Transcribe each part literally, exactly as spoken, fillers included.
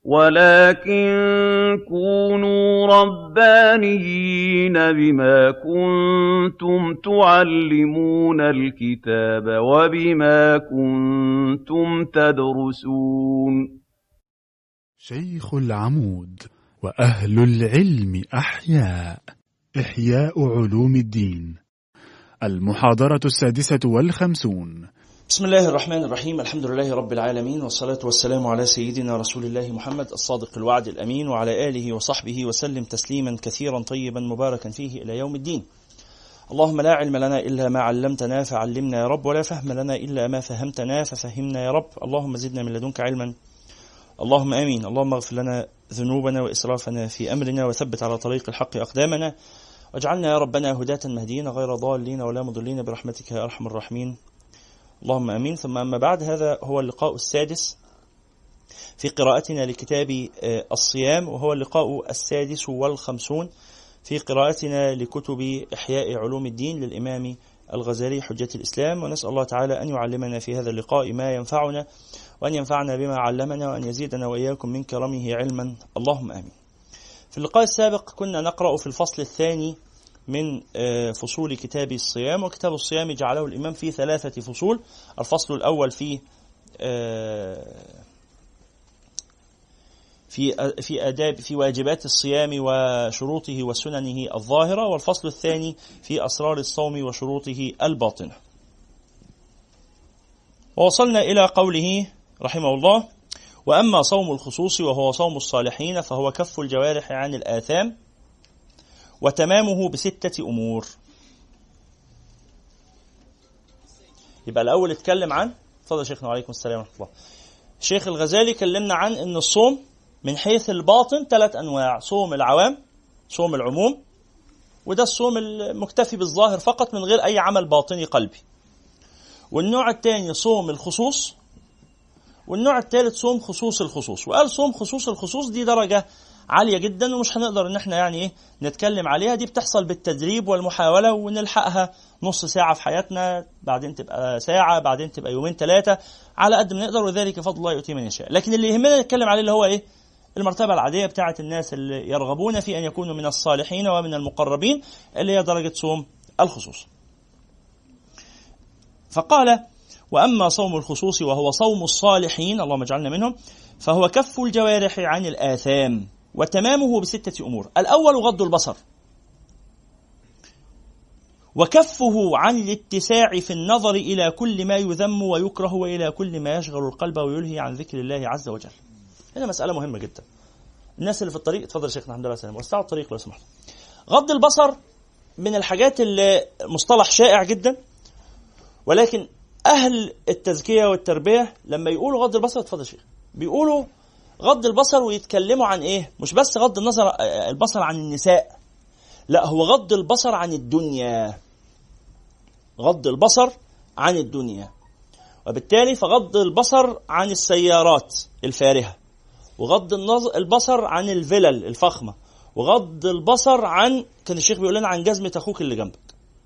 ولكن كونوا ربانيين بما كنتم تعلمون الكتاب وبما كنتم تدرسون. شيخ العمود وأهل العلم أحياء. إحياء علوم الدين، المحاضرة السادسة والخمسون. بسم الله الرحمن الرحيم. الحمد لله رب العالمين، والصلاة والسلام على سيدنا رسول الله محمد الصادق الوعد الأمين، وعلى آله وصحبه وسلم تسليما كثيرا طيبا مباركا فيه إلى يوم الدين. اللهم لا علم لنا إلا ما علمتنا فعلمنا يا رب، ولا فهم لنا إلا ما فهمتنا ففهمنا يا رب. اللهم زدنا من لدنك علما، اللهم آمين. اللهم اغفر لنا ذنوبنا وإسرافنا في أمرنا، وثبت على طريق الحق أقدامنا، واجعلنا يا ربنا هداة مهديين غير ضالين ولا مضلين برحمتك يا أرحم الراحمين، اللهم آمين. ثم أما بعد، هذا هو اللقاء السادس في قراءتنا لكتاب الصيام، وهو اللقاء السادس والخمسون في قراءتنا لكتب إحياء علوم الدين للإمام الغزالي حجة الإسلام. ونسأل الله تعالى أن يعلمنا في هذا اللقاء ما ينفعنا، وأن ينفعنا بما علمنا، وأن يزيدنا وإياكم من كرمه علما، اللهم آمين. في اللقاء السابق كنا نقرأ في الفصل الثاني من فصول كتاب الصيام، وكتاب الصيام جعله الإمام في ثلاثة فصول. الفصل الأول في في في آداب في واجبات الصيام وشروطه وسننه الظاهرة، والفصل الثاني في أسرار الصوم وشروطه الباطنة. ووصلنا إلى قوله رحمه الله: وأما صوم الخصوص وهو صوم الصالحين فهو كف الجوارح عن الآثام وتمامه بستة أمور. يبقى الأول اتكلم عن، تفضل شيخنا وعليكم السلام ورحمة الله. الشيخ الغزالي كلمنا عن أن الصوم من حيث الباطن ثلاث أنواع: صوم العوام، صوم العموم، وده الصوم المكتفي بالظاهر فقط من غير أي عمل باطني قلبي. والنوع الثاني صوم الخصوص، والنوع الثالث صوم خصوص الخصوص. وقال صوم خصوص الخصوص دي درجة عالية جدا، ومش هنقدر ان احنا يعني ايه نتكلم عليها. دي بتحصل بالتدريب والمحاولة، ونلحقها نص ساعة في حياتنا، بعدين تبقى ساعة، بعدين تبقى يومين ثلاثة، على قد ما نقدر، وذلك فضل الله يؤتي من يشاء. لكن اللي يهمنا نتكلم عليه اللي هو ايه؟ المرتبة العادية بتاعة الناس اللي يرغبون في ان يكونوا من الصالحين ومن المقربين، اللي هي درجة صوم الخصوص. فقال: وأما صوم الخصوص وهو صوم الصالحين، اللهم اجعلنا منهم، فهو كف الجوارح عن الآثام وتمامه بستة أمور. الأول غض البصر، وكفه عن الاتساع في النظر إلى كل ما يذم ويكره، وإلى كل ما يشغل القلب ويلهي عن ذكر الله عز وجل. هنا مسألة مهمة جدا. الناس اللي في الطريق، اتفضل شيخنا الحمد لله سلام، وسعوا الطريق لو سمحت. غض البصر من الحاجات اللي مصطلح شائع جدا، ولكن أهل التزكية والتربية لما يقولوا غض البصر، اتفضل شيخ، بيقولوا غض البصر ويتكلموا عن إيه؟ مش بس غض النظر البصر عن النساء، لا، هو غض البصر عن الدنيا، غض البصر عن الدنيا. وبالتالي فغض البصر عن السيارات الفارهة، وغض البصر عن الفلل الفخمة، وغض البصر عن، كان الشيخ بيقول لنا عن جزمة أخوك اللي جنبك.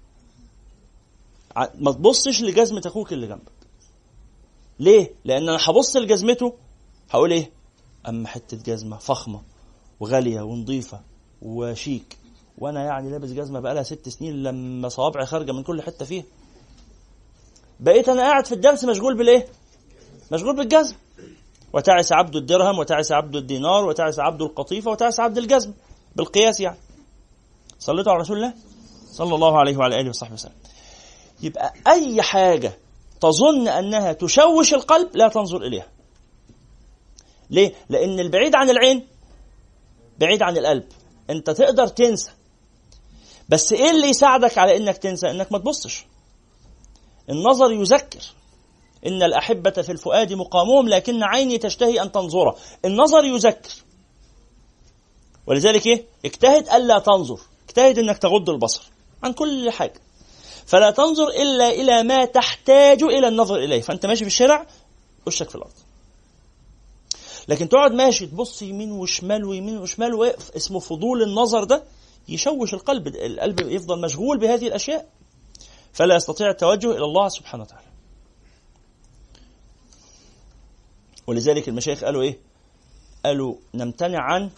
ما تبصش لجزمة أخوك اللي جنبك. ليه؟ لأن أنا هبص لجزمته هقول إيه؟ أما حتة جزمة فخمة وغالية ونظيفة وشيك، وأنا يعني لابس جزمة بقالها ست سنين لما صوابعي خارجة من كل حتة فيها. بقيت أنا قاعد في الدرس مشغول بالإيه؟ مشغول بالجزم. وتعس عبد الدرهم، وتعس عبد الدينار، وتعس عبد القطيفة، وتعس عبد الجزم، بالقياس يعني. صليتوا على رسول الله صلى الله عليه وعلى آله وصحبه وسلم. يبقى أي حاجة تظن أنها تشوش القلب لا تنظر إليها. ليه؟ لأن البعيد عن العين بعيد عن القلب. أنت تقدر تنسى، بس إيه اللي يساعدك على أنك تنسى؟ أنك ما تبصش. النظر يذكر، إن الأحبة في الفؤاد مقامهم لكن عيني تشتهي أن تنظر. النظر يذكر، ولذلك إيه؟ اجتهد ألا تنظر، اجتهد أنك تغض البصر عن كل حاجة، فلا تنظر إلا إلى ما تحتاج إلى النظر إليه. فأنت ماشي في الشارع وشك في الأرض، لكن تقعد ماشي تبص يمين وشمال ويمين وشمال ويقف، اسمه فضول النظر، ده يشوش القلب. القلب يفضل مشغول بهذه الأشياء فلا يستطيع التوجه إلى الله سبحانه وتعالى. ولذلك المشايخ قالوا إيه؟ قالوا نمتنع عن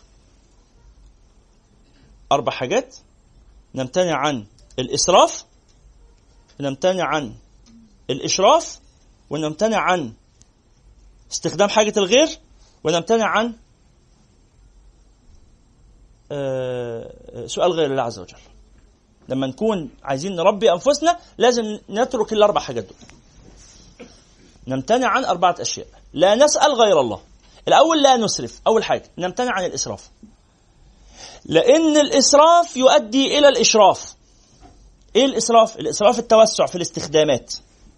أربع حاجات: نمتنع عن الإسراف، نمتنع عن الإشراف، ونمتنع عن استخدام حاجة الغير، ونمتنع عن سؤال غير الله عز وجل. لما نكون عايزين نربي أنفسنا لازم نترك الأربع حاجات دول. نمتنع عن أربعة أشياء: لا نسأل غير الله. الأول لا نسرف، أول حاجة نمتنع عن الإسراف، لأن الإسراف يؤدي إلى الإشراف. إيه الإسراف؟ الإسراف التوسع في الاستخدامات،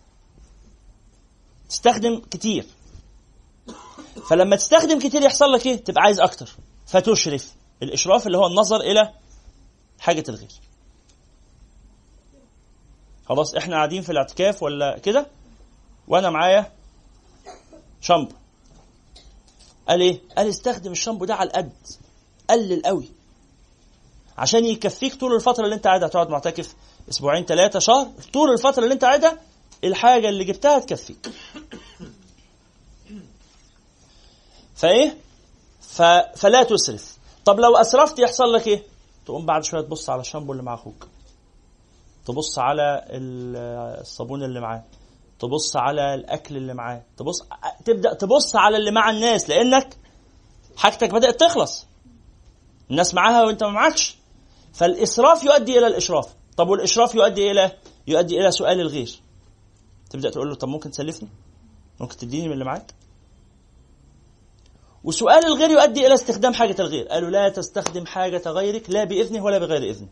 تستخدم كتير، فلما تستخدم كتير يحصل لك إيه؟ تبقى عايز أكتر فتشرف. الإشراف اللي هو النظر إلى حاجة الغير. خلاص إحنا قاعدين في الاعتكاف ولا كده وأنا معايا شامبو، قال إيه؟ قال استخدم الشامبو ده على القد، قلل قوي عشان يكفيك طول الفترة اللي انت قاعدها. هتقعد معتكف اسبوعين ثلاثة شهر، طول الفترة اللي انت قاعدها الحاجة اللي جبتها تكفيك. فايه ف... فلا تسرف. طب لو اسرفت يحصل لك ايه؟ تقوم بعد شوية تبص على الشامبو اللي مع اخوك، تبص على الصابون اللي معاه، تبص على الاكل اللي معاه، تبص تبدأ تبص على اللي مع الناس، لانك حاجتك بدأت تخلص، الناس معاها وانت ما معكش. فالإسراف يؤدي إلى الإشراف. طب والإشراف يؤدي إلى يؤدي إلى سؤال الغير. تبدأ تقول له طب ممكن تسلفني؟ ممكن تديني من اللي معاك؟ وسؤال الغير يؤدي إلى استخدام حاجة الغير. قالوا لا تستخدم حاجة غيرك لا بإذنه ولا بغير إذنه.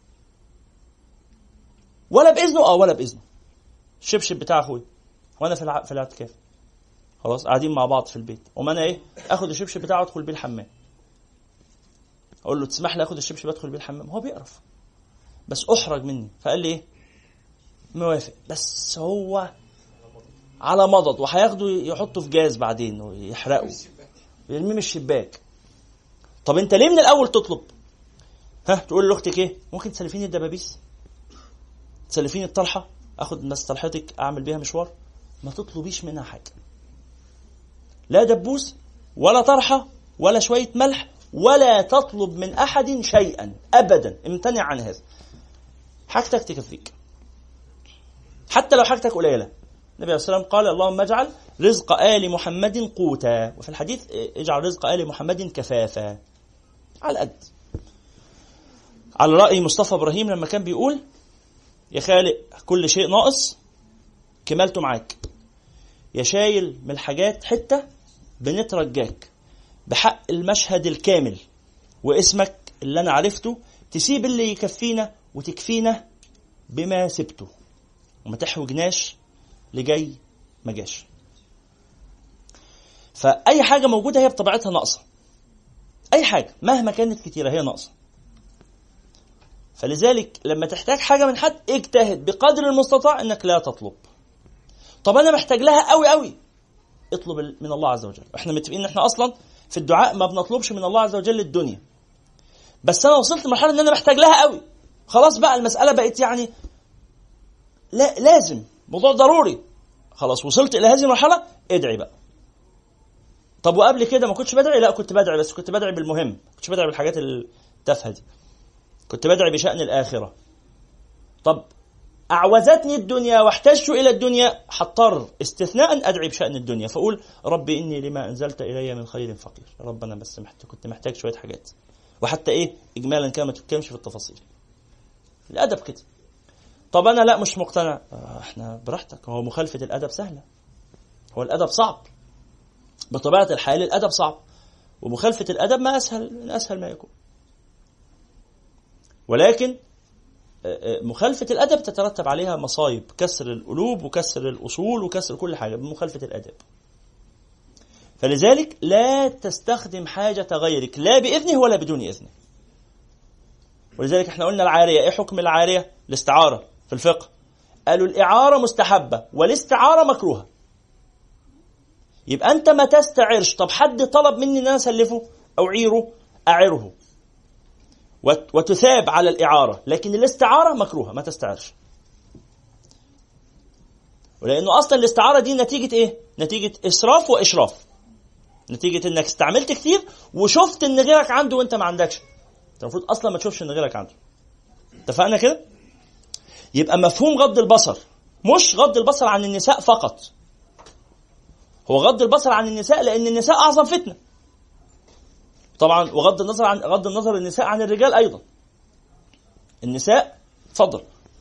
ولا بإذنه اه ولا بإذنه. الشبشب بتاع أخوي وأنا في الع... في الاعتكاف، خلاص قاعدين مع بعض في البيت، وما أنا إيه أخذ الشبشب بتاعه أدخل بيه الحمام، أقول له تسمح لي أخذ الشبشب أدخل بيه الحمام؟ هو بيقرف بس أحرج مني، فقال لي إيه موافق، بس هو على مضض وهياخده يحطه في جاز بعدين ويحرقه ويرميه من الشباك. طب أنت ليه من الأول تطلب؟ ها تقول لأختك إيه؟ ممكن تسلفيني الدبابيس؟ تسلفيني الطرحة؟ أخذ الناس طرحتك أعمل بيها مشوار؟ ما تطلبيش منها حاجة، لا دبوس ولا طرحة ولا شوية ملح، ولا تطلب من أحد شيئا أبدا، امتنع عن هذا. حاجتك تكفيك حتى لو حاجتك قليلة. النبي عليه الصلاة والسلام قال اللهم اجعل رزق آل محمد قوتا، وفي الحديث اجعل رزق آل محمد كفافا، على قد. على رأي مصطفى إبراهيم لما كان بيقول يا خالق كل شيء ناقص كمالته معاك، يا شايل من الحاجات حتة بنترجاك بحق المشهد الكامل واسمك اللي أنا عرفته تسيب اللي يكفينا وتكفينا بما سبته، وما تحوجناش لجاي ما جاش. فأي حاجة موجودة هي بطبيعتها ناقصة، أي حاجة مهما كانت كتيرة هي ناقصة. فلذلك لما تحتاج حاجة من حد اجتهد بقدر المستطاع انك لا تطلب. طب انا محتاج لها قوي قوي، اطلب من الله عز وجل. احنا متفقين ان احنا اصلا في الدعاء ما بنطلبش من الله عز وجل الدنيا، بس انا وصلت لمرحلة ان انا محتاج لها قوي، خلاص بقى المسألة بقت يعني لا لازم موضوع ضروري، خلاص وصلت الى هذه المرحلة ادعي بقى. طب وقبل كده ما كنتش بدعي؟ لا كنت بدعي، بس كنت بدعي بالمهم، ما كنتش بدعي بالحاجات التافهة دي، كنت بدعي بشأن الآخرة. طب أعوزتني الدنيا واحتجت إلى الدنيا، حضطر استثناء أدعي بشأن الدنيا، فأقول ربي إني لما أنزلت إلي من خير فقير. ربنا بس محتاج، كنت محتاج شوية حاجات، وحتى إيه إجمالا كما تتكلمش في التفاصيل، الأدب كده. طب أنا لا مش مقتنع، إحنا براحتك، هو مخالفة الأدب سهلة، هو الأدب صعب بطبيعة الحال، الأدب صعب، ومخالفة الأدب ما أسهل من أسهل ما يكون. ولكن مخالفة الأدب تترتب عليها مصايب، كسر القلوب وكسر الأصول وكسر كل حاجة بمخالفة الأدب. فلذلك لا تستخدم حاجة غيرك لا بإذنه ولا بدون إذنه. ولذلك احنا قلنا العارية، ايه حكم العارية؟ الاستعارة في الفقه قالوا الإعارة مستحبة والاستعارة مكروهة. يبقى أنت ما تستعرش. طب حد طلب مني أن أنا أسلفه أو عيره، أعره وتثاب على الإعارة، لكن الاستعارة مكروهة، ما تستعرش. ولأنه أصلا الاستعارة دي نتيجة إيه؟ نتيجة إسراف وإشراف. نتيجة انك استعملت كتير وشفت ان غيرك عنده وانت ما عندكش. انت المفروض اصلا ما تشوفش ان غيرك عنده. اتفقنا كده؟ يبقى مفهوم غض البصر مش غض البصر عن النساء فقط، هو غض البصر عن النساء لان النساء اعظم فتنة طبعا، وغض النظر عن غض النظر النساء عن الرجال ايضا. النساء اتفضل،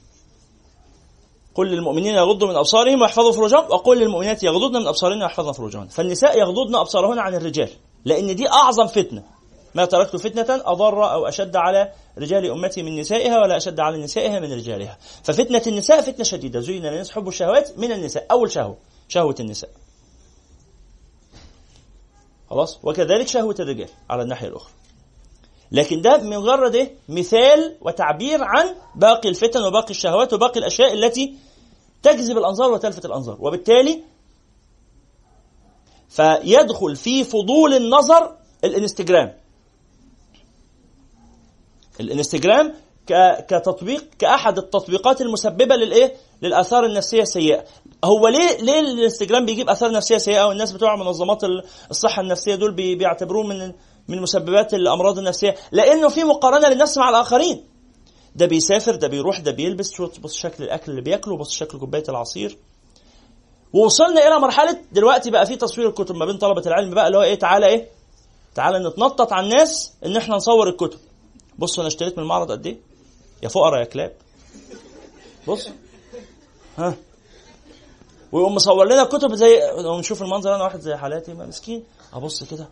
قل للمؤمنين يغضوا من ابصارهم ويحفظوا فروجهم وقل للمؤمنات يغضضن من ابصارهن ويحفظن فروجهن. فالنساء يغضضن ابصارهن عن الرجال لان دي اعظم فتنة. ما تركت فتنة اضر او اشد على رجال امتي من نسائها ولا اشد على نسائها من رجالها. ففتنة النساء فتنة شديدة. زين للناس حب الشهوات من النساء، اول شهوة شهوة النساء خلاص، وكذلك شهوة الرجال على الناحية الأخرى. لكن ده مجرد إيه؟ مثال وتعبير عن باقي الفتن وباقي الشهوات وباقي الأشياء التي تجذب الأنظار وتلفت الأنظار، وبالتالي فيدخل في فضول النظر الانستجرام. الانستجرام كتطبيق، كأحد التطبيقات المسببة للإيه؟ للآثار النفسية السيئة. هو ليه ليه الانستجرام بيجيب آثار نفسية سيئة؟ والناس بتوع منظمات الصحة النفسية دول بيعتبروه من من مسببات الأمراض النفسية، لأنه في مقارنة للنفس مع الآخرين. ده بيسافر، ده بيروح، ده بيلبس، شو بص شكل الأكل اللي بياكله، بص شكل كوباية العصير. ووصلنا إلى مرحلة دلوقتي بقى في تصوير الكتب ما بين طلبة العلم بقى، اللي هو إيه، تعالى إيه تعالى نتنطط على الناس إن إحنا نصور الكتب. بصوا أنا اشتريت من المعرض قد إيه يا فقراء يا كلاب، بص ها، ويقوم مصور لنا كتب زي، ونشوف المنظر انا واحد زي حالاتي ما مسكين ابص كده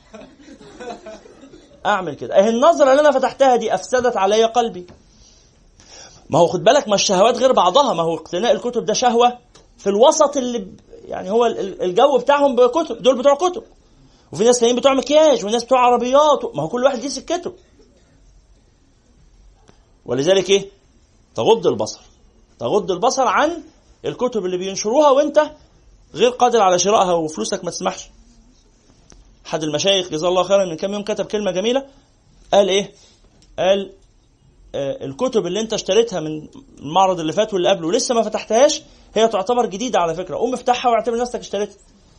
اعمل كده. اهي النظره اللي انا فتحتها دي افسدت علي قلبي. ما هو خد بالك، ما الشهوات غير بعضها. ما هو اقتناء الكتب ده شهوه في الوسط اللي يعني هو الجو بتاعهم بكتب، دول بتوع كتب، وفي ناس ثانيين بتوع مكياج، وناس بتوع عربيات، ما هو كل واحد ليه سكته. ولذلك ايه، تغض البصر تغض البصر عن الكتب اللي بينشروها وانت غير قادر على شرائها وفلوسك ما تسمحش. حد المشايخ جزاه الله خيرا من كم يوم كتب كلمة جميلة، قال ايه، قال آه الكتب اللي انت اشتريتها من المعرض اللي فات واللي قبله ولسه ما فتحتهاش هي تعتبر جديدة على فكرة، قوم افتحها واعتبر نفسك اشتريتها.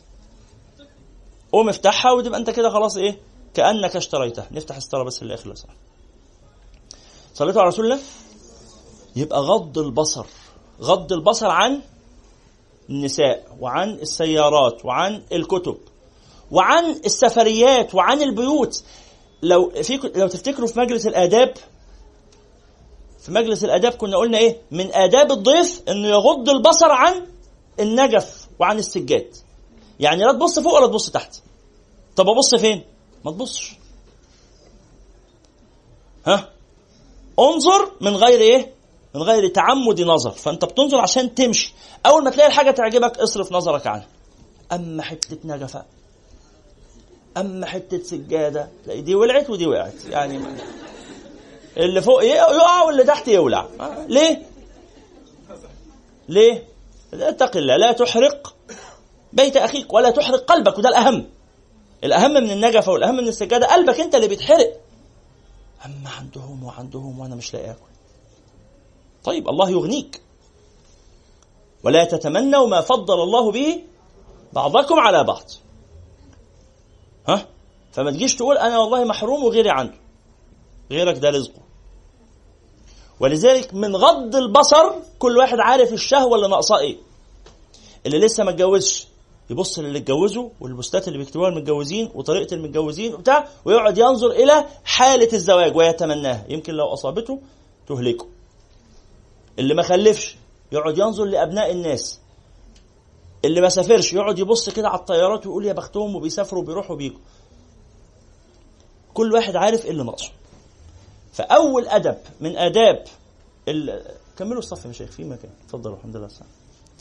قوم افتحها وتبقى انت كده خلاص ايه، كأنك اشتريتها. نفتح الستارة بس اللي اخلص. صليتوا على رسول الله. يبقى غض البصر غض البصر عن النساء وعن السيارات وعن الكتب وعن السفريات وعن البيوت. لو في لو تفتكروا في مجلس الآداب في مجلس الآداب كنا قلنا ايه، من آداب الضيف انه يغض البصر عن النجف وعن السجاد. يعني لا تبص فوق ولا تبص تحت. طب ابص فين؟ ما تبصش. ها، انظر من غير ايه، من غير تعمد نظر. فانت بتنظر عشان تمشي، اول ما تلاقي الحاجه تعجبك اصرف نظرك عنها. اما حته نجفه، اما حته سجاده، تلاقي دي ولعت ودي وقعت، يعني اللي فوق يقع واللي تحت يولع. ليه ليه اتق الله، لا تحرق بيت اخيك ولا تحرق قلبك. وده الاهم الاهم من النجفه والاهم من السجاده، قلبك انت اللي بيتحرق. اما عندهم وعندهم وانا مش لاقي اكل. طيب الله يغنيك. ولا تتمنوا ما فضل الله به بعضكم على بعض. ها، فما تجيش تقول انا والله محروم وغيري عنده. غيرك ده رزقه. ولذلك من غض البصر كل واحد عارف الشهوه اللي ناقصاه ايه. اللي لسه ما اتجوزش يبص للي اتجوزوا والبوستات اللي بيكتبوها المتجوزين وطريقه المتجوزين وبتاع، ويقعد ينظر الى حاله الزواج ويتمناها، يمكن لو اصابته تهلكه. اللي ما خلفش يقعد ينظر لابناء الناس. اللي ما سافرش يقعد يبص كده على الطيارات ويقول يا بختهم وبيسافروا وبيروحوا وبيجوا. كل واحد عارف ايه اللي ناقصه. فاول ادب من اداب ال... كملوا الصف يا شيخ في مكان، اتفضلوا. الحمد لله السلام.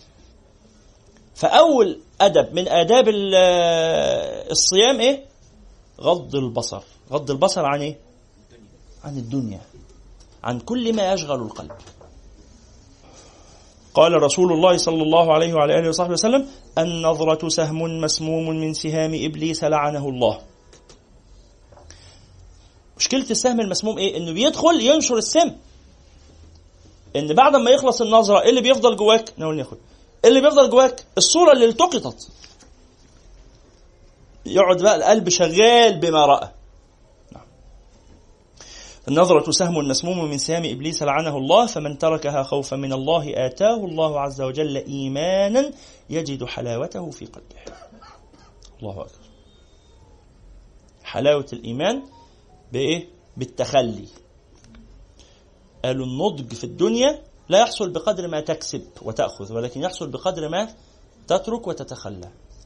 فاول ادب من اداب الصيام ايه؟ غض البصر. غض البصر عن ايه؟ عن الدنيا، عن كل ما يشغل القلب. قال رسول الله صلى الله عليه وعلى آله وصحبه وسلم: النظرة سهم مسموم من سهام إبليس لعنه الله. مشكلة السهم المسموم إيه؟ إنه بيدخل ينشر السم. إن بعد ما يخلص النظرة إيه اللي بيفضل جواك؟ نقول ناخد اللي بيفضل جواك الصورة اللي التقطت. يقعد بقى القلب شغال بما رأى. نعم. النظرة سهم مسموم من سهام إبليس لعنه الله، فمن تركها خوفا من الله آتاه الله عز وجل إيمانا يجد حلاوته في قلبه. الله أكبر. حلاوة الإيمان بإيه؟ بالتخلي. قالوا النضج في الدنيا لا يحصل بقدر ما تكسب وتأخذ، ولكن يحصل بقدر ما تترك وتتخلى.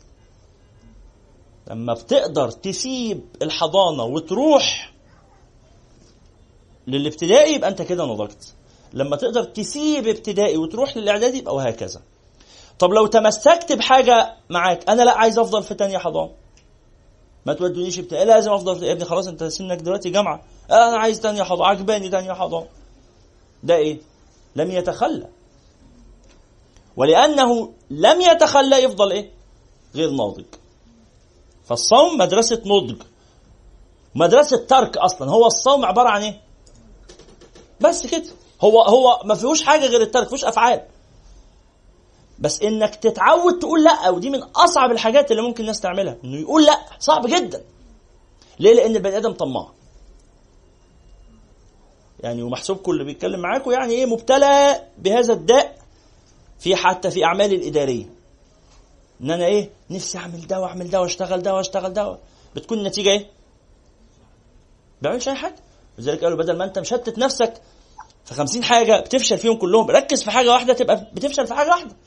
لما بتقدر تسيب الحضانة وتروح للابتدائي يبقى أنت كده نضجت. لما تقدر تسيب ابتدائي وتروح للإعدادي يبقى وهكذا. طب لو تمسكت بحاجة معاك، أنا لا عايز أفضل في تانية حضانة، ما تودونيش ابتدائي، لازم أفضل في ابني، خلاص أنت سنك دلوقتي جامعة، أنا عايز تانية حضانة، عجباني تانية حضانة. ده إيه؟ لم يتخلى، ولأنه لم يتخلى يفضل إيه؟ غير ناضج. فالصوم مدرسة نضج، مدرسة ترك. أصلا هو الصوم عبارة عن إيه؟ بس كده، هو هو ما فيهوش حاجة غير الترك، فيهوش أفعال، بس إنك تتعود تقول لأ. ودي من أصعب الحاجات اللي ممكن الناس تعملها، إنه يقول لأ، صعب جدا. ليه؟ لأن البني آدم طماع يعني، ومحسوبكم اللي بيتكلم معاكم يعني إيه، مبتلى بهذا الداء في حتى في أعمال الإدارية، إن أنا إيه نفسي أعمل ده وأعمل ده وأشتغل ده وأشتغل ده، بتكون النتيجة إيه؟ بعملش أي حاجة. لذلك قالوا بدل ما أنت مشتت نفسك في خمسين حاجة بتفشل فيهم كلهم، ركز في حاجة واحدة تبقى بتفشل في حاجة واحدة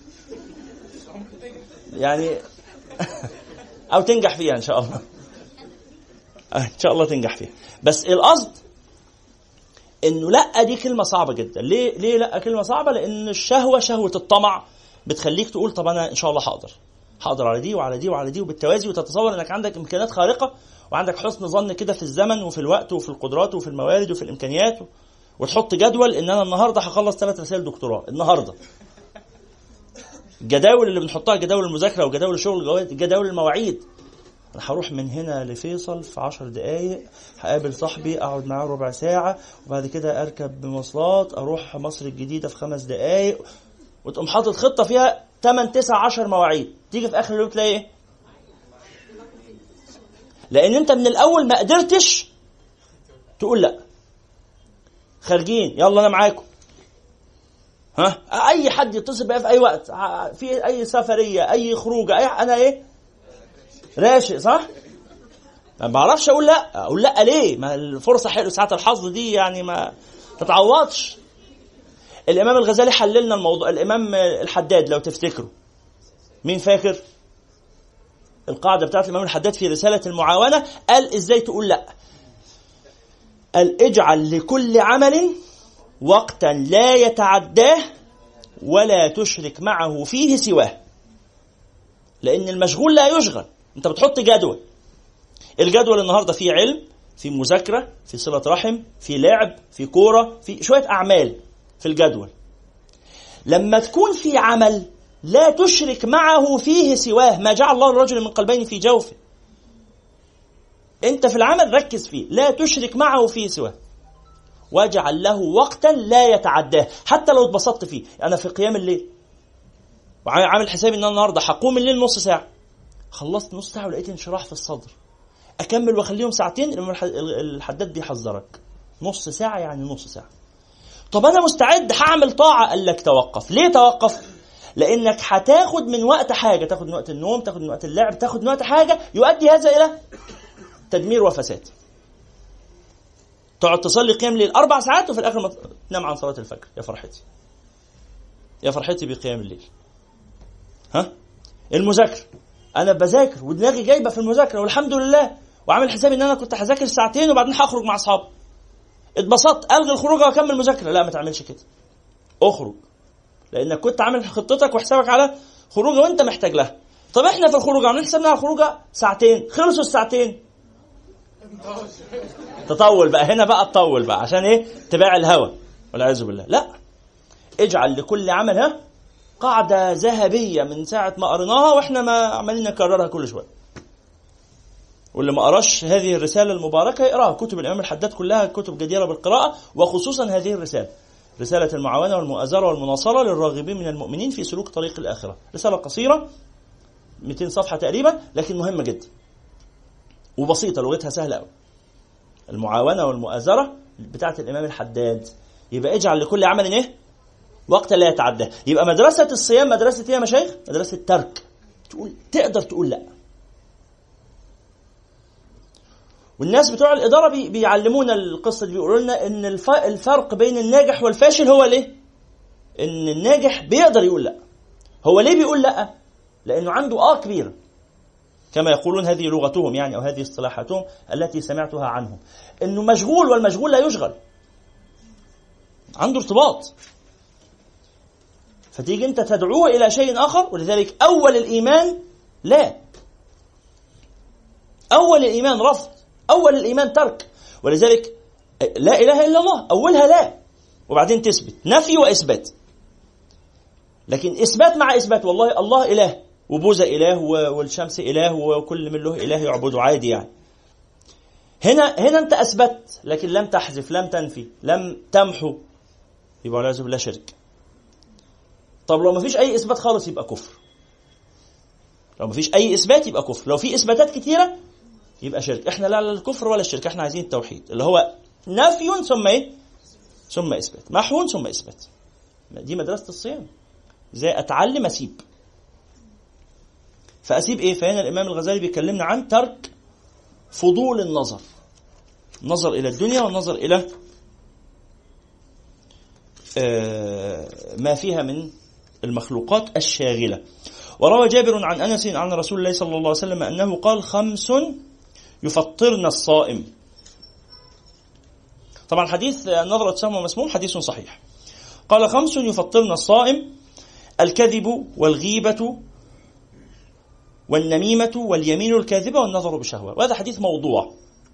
يعني أو تنجح فيها إن شاء الله، إن شاء الله تنجح فيها. بس القصد إنه لأ، دي كلمة صعبة جدا. ليه ليه لأ كلمة صعبة؟ لأن الشهوة، شهوة الطمع، بتخليك تقول طب أنا إن شاء الله حاضر حاضر على دي وعلى دي وعلى دي وبالتوازي، وتتصور إنك عندك إمكانيات خارقة وعندك حسن ظن كده في الزمن وفي الوقت وفي القدرات وفي الموارد وفي الإمكانيات، وتحط جدول إن أنا النهاردة هخلص ثلاث رسائل دكتوراه النهاردة. الجداول اللي بنحطها جداول المذاكرة وجداول الشغل، جداول المواعيد. أنا هروح من هنا لفيصل في عشر دقايق، هقابل صاحبي أقعد معاه ربع ساعة، وبعد كده أركب بمواصلات أروح مصر الجديدة في خمس دقايق، وتقوم حاطط خطة فيها ثمانية تسعة عشر مواعيد. تيجي في آخر اليوم تلاقي إيه؟ لأن أنت من الأول ما قدرتش تقول لأ. خارجين يلا أنا معاكم، ها أي حد يتصل بقى في أي وقت، في أي سفرية أي خروجة أي أنا إيه راشق، صح؟ ما بعرفش أقول لأ. أقول لأ ليه؟ ما الفرصة حلوة، ساعة الحظ دي يعني ما تتعوضش. الإمام الغزالي حللنا الموضوع، الإمام الحداد لو تفتكروا، مين فاكر القاعدة بتاعت الإمام الحداد في رسالة المعاونة؟ قال إزاي تقول لأ. قال اجعل لكل عمل وقتا لا يتعداه ولا تشرك معه فيه سواه، لأن المشغول لا يشغل. أنت بتحط جدول، الجدول النهاردة فيه علم، في مذاكرة، في صلة رحم، في لعب، في كورة، في شوية أعمال في الجدول. لما تكون في عمل لا تشرك معه فيه سواه، ما جعل الله الرجل من قلبين في جوفه. أنت في العمل ركز فيه، لا تشرك معه فيه سواه، واجعل له وقتا لا يتعداه. حتى لو اتبسطت فيه، أنا في قيام الليل وعامل حسابي أن أنا النهاردة هقوم الليل نص ساعة، خلصت نص ساعة ولقيت انشراح في الصدر، أكمل وأخليهم ساعتين. الحداد بيحذرك نص ساعة يعني نص ساعة. طب أنا مستعد هعمل طاعة، قال لك توقف. ليه توقف؟ لأنك هتاخد من وقت حاجة، تاخد من وقت النوم، تاخد من وقت اللعب، تاخد من وقت حاجة يؤدي هذا إلى تدمير وفساد. تقعد تصلي قيام ليل أربع ساعات وفي الآخر تنام عن صلاة الفجر. يا فرحتي يا فرحتي بقيام الليل. ها المذاكرة، أنا بذاكر ودماغي جايبة في المذاكرة والحمد لله، وعامل حسابي إن أنا كنت هذاكر ساعتين وبعدين هخرج مع أصحابي، اتبسطت ألغي الخروج وأكمل مذاكرة. لا، ما تعملش كده، أخرج، لأنك كنت عامل خطتك وحسابك على خروجة وأنت محتاج لها. طب إحنا في الخروجة عاملين حسابنا على الخروجة ساعتين، خلصوا الساعتين تطول بقى هنا بقى تطول بقى عشان إيه؟ تباع الهوى والعياذ بالله. لا، اجعل لكل عمل ها قاعدة ذهبية من ساعة ما قرناها وإحنا ما عمالين نكررها كل شوية. واللي ما قراش هذه الرسالة المباركة يقراها، كتب الإمام الحداد كلها كتب جديرة بالقراءة، وخصوصا هذه الرسالة، رسالة المعاونة والمؤازرة والمناصرة للراغبين من المؤمنين في سلوك طريق الآخرة. رسالة قصيرة مئتين صفحة تقريبا، لكن مهمة جدا وبسيطة لغتها سهلة قوي. المعاونة والمؤازرة بتاعت الإمام الحداد. يبقى اجعل لكل عمل ايه وقت لا يتعدى. يبقى مدرسة الصيام مدرسة ايه يا مشايخ؟ مدرسة ترك. تقول تقدر تقول لا. والناس بتوع الإدارة بي بيعلمونا القصة دي، بيقولوا لنا ان الفرق بين الناجح والفاشل هو ليه؟ ان الناجح بيقدر يقول لا. هو ليه بيقول لا؟ لأنه عنده آه كبيرة، كما يقولون هذه لغتهم يعني، أو هذه اصطلاحاتهم التي سمعتها عنهم، إنه مشغول والمشغول لا يشغل، عنده ارتباط، فتيجي أنت تدعوه إلى شيء آخر. ولذلك أول الإيمان لا، أول الإيمان رفض، أول الإيمان ترك. ولذلك لا إله إلا الله أولها لا، وبعدين تثبت نفي وإثبات. لكن إثبات مع إثبات، والله الله إله وبوذا إله والشمس إله وكل من له إله يعبده عادي يعني. هنا هنا أنت أثبت لكن لم تحذف، لم تنفي، لم تمحو، يبقى والعياذ بالله شرك. طب لو ما فيش أي إثبات خالص يبقى كفر. لو ما فيش أي إثبات يبقى كفر. لو في إثباتات كتيرة يبقى شرك. إحنا لا الكفر ولا الشرك، إحنا عايزين التوحيد اللي هو نفي ثم إيه ثم إثبات، محو ثم إثبات. دي مدرسة الصيام. زي أتعلم أسيب، فأسيب إيه؟ فهنا الإمام الغزالي بيكلمنا عن ترك فضول النظر، النظر إلى الدنيا والنظر إلى ما فيها من المخلوقات الشاغلة. وروى جابر عن أنس عن رسول الله صلى الله عليه وسلم أنه قال: خمس يفطرن الصائم. طبعا حديث نظرة سهم ومسموم حديث صحيح. قال: خمس يفطرن الصائم: الكذب والغيبة والنميمة واليمين الكاذبة والنظر بشهوة. وهذا حديث موضوع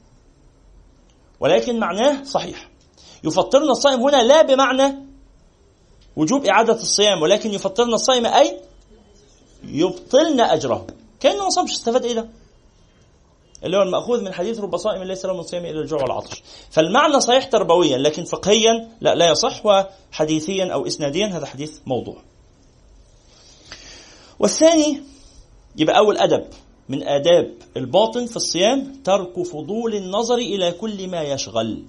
ولكن معناه صحيح. يفطرن الصائم هنا لا بمعنى وجوب إعادة الصيام، ولكن يفطرن الصائم أي يبطلن أجره، كأنه ما صامش. استفاد إيه ده؟ اللي هو المأخوذ من حديث: رب صائم ليس له من صيامه إلا الجوع والعطش. فالمعنى صحيح تربويا، لكن فقهيا لا لا يصح، وحديثيا أو إسناديا هذا حديث موضوع. والثاني، يبقى أول أدب من آداب الباطن في الصيام ترك فضول النظر إلى كل ما يشغل،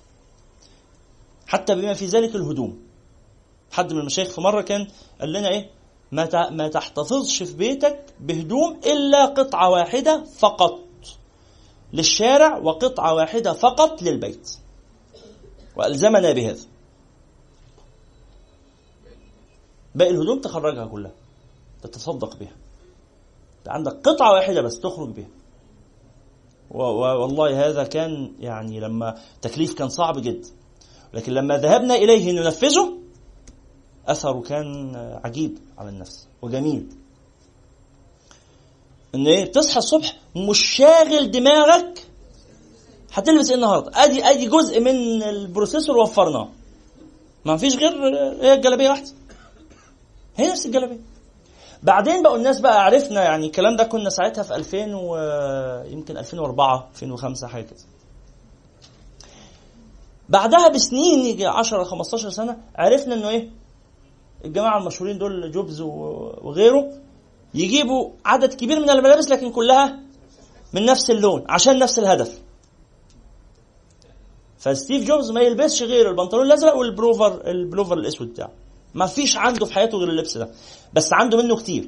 حتى بما في ذلك الهدوم. حد من المشايخ في مرة كان قال لنا إيه: ما ما تحتفظش في بيتك بهدوم إلا قطعة واحدة فقط للشارع وقطعة واحدة فقط للبيت، وألزمنا بهذا. باقي الهدوم تخرجها كلها، تتصدق بها. عندك قطعة واحدة بس تخرج بها. والله هذا كان يعني لما تكليف كان صعب جدا، لكن لما ذهبنا إليه ننفذه أثره كان عجيب على النفس وجميل. إن إيه؟ تصحى الصبح مش شاغل دماغك هتلبس إيه النهاردة، أدي أدي جزء من البروسيسور وفرناه، ما فيش غير هي الجلابية واحدة، هي نفس الجلابية. بعدين بقوا الناس بقى عرفنا يعني الكلام ده، كنا ساعتها في ألفين ويمكن ألفين وأربعة ألفين وخمسة حاجة كده. بعدها بسنين يجي عشرة خمستاشر سنة عرفنا إنه إيه، الجماعة المشهورين دول جوبز وغيره يجيبوا عدد كبير من الملابس لكن كلها من نفس اللون عشان نفس الهدف. فستيف جوبز ما يلبسش غير البنطلون الأزرق والبلوفر البلوفر الأسود بتاعه، ما فيش عنده في حياته غير اللبس ده، بس عنده منه كتير.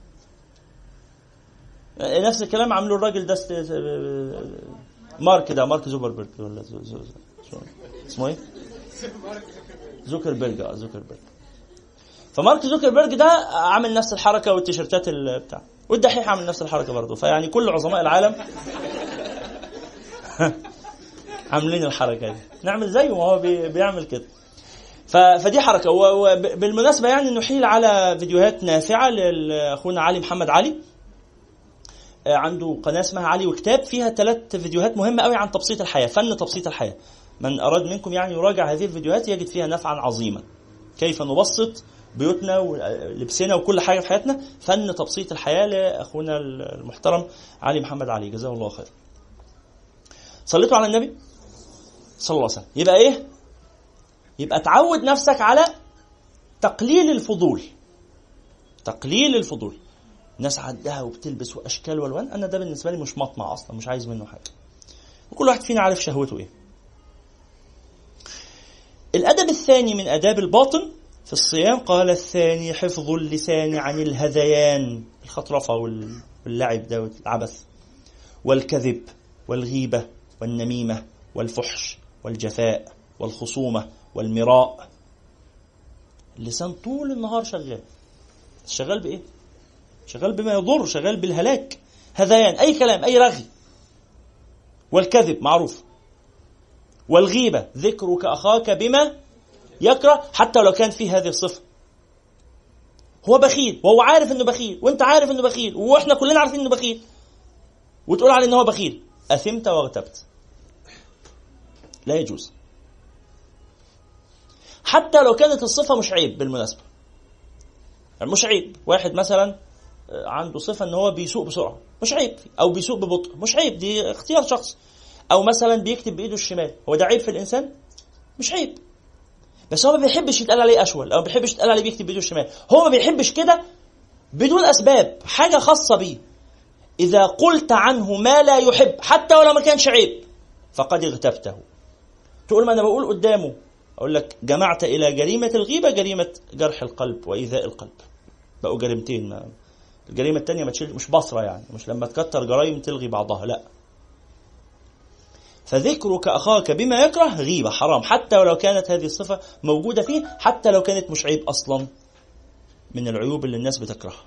نفس الكلام عملوا الراجل ده مارك ده مارك زوكربيرج ولا اسمه ايه زوكربيرج اه زوكربيرج فمارك زوكربيرج ده عامل نفس الحركه والتيشيرتات بتاع، والدحيح عامل نفس الحركه برضه. فيعني كل عظماء العالم عاملين الحركه دي، نعمل زيه وهو بيعمل كده. فدي حركه. وبالمناسبه يعني نحيل على فيديوهات نافعه لاخونا علي محمد علي، عنده قناه اسمها علي وكتاب، فيها ثلاث فيديوهات مهمه قوي عن تبسيط الحياه، فن تبسيط الحياه. من اراد منكم يعني يراجع هذه الفيديوهات يجد فيها نفعا عظيما، كيف نبسط بيوتنا ولبسنا وكل حاجه في حياتنا. فن تبسيط الحياه لاخونا المحترم علي محمد علي، جزاه الله خير. صليتوا على النبي صلى الله عليه وسلم. يبقى ايه؟ يبقى تعود نفسك على تقليل الفضول، تقليل الفضول. ناس عندها وبتلبس واشكال والوان، انا ده بالنسبه لي مش مطمع اصلا، مش عايز منه حاجه. وكل واحد فينا عارف شهوته ايه. الادب الثاني من اداب الباطن في الصيام، قال الثاني حفظ اللسان عن الهذيان، الخطرفه واللعب ده والعبث، والكذب والغيبه والنميمه والفحش والجفاء والخصومه والمراء. اللسان طول النهار شغال، شغال بايه؟ شغال بما يضر، شغال بالهلاك. هذيان اي كلام، اي رغي. والكذب معروف. والغيبه ذكرك اخاك بما يكره، حتى لو كان فيه هذه الصفه. هو بخيل وهو عارف انه بخيل، وانت عارف انه بخيل، واحنا كلنا عارفين انه بخيل، وتقول عليه انه هو بخيل، اثمت واغتبت. لا يجوز، حتى لو كانت الصفه مش عيب. بالمناسبه يعني مش عيب، واحد مثلا عنده صفه ان هو بيسوق بسرعه، مش عيب. او بيسوق ببطء، مش عيب، دي اختيار شخص. او مثلا بيكتب بايده الشمال، هو ده عيب في الانسان؟ مش عيب، بس هو ما بيحبش يتقال عليه اشول، او ما بيحبش يتقال عليه بيكتب بايده الشمال. هو ما بيحبش كده بدون اسباب، حاجه خاصه بيه. اذا قلت عنه ما لا يحب حتى ولو ما كانش عيب فقد اغتبته. تقول ما انا بقول قدامه، اقول لك جمعت الى جريمه الغيبه جريمه جرح القلب وايذاء القلب، بقوا جريمتين. ما الجريمه الثانيه ما تشيل، مش بصره يعني، مش لما تكتر جرائم تلغي بعضها، لا. فذكرك أخاك بما يكره غيبة، حرام، حتى ولو كانت هذه الصفة موجودة فيه، حتى لو كانت مش عيب أصلا من العيوب اللي الناس بتكرهها.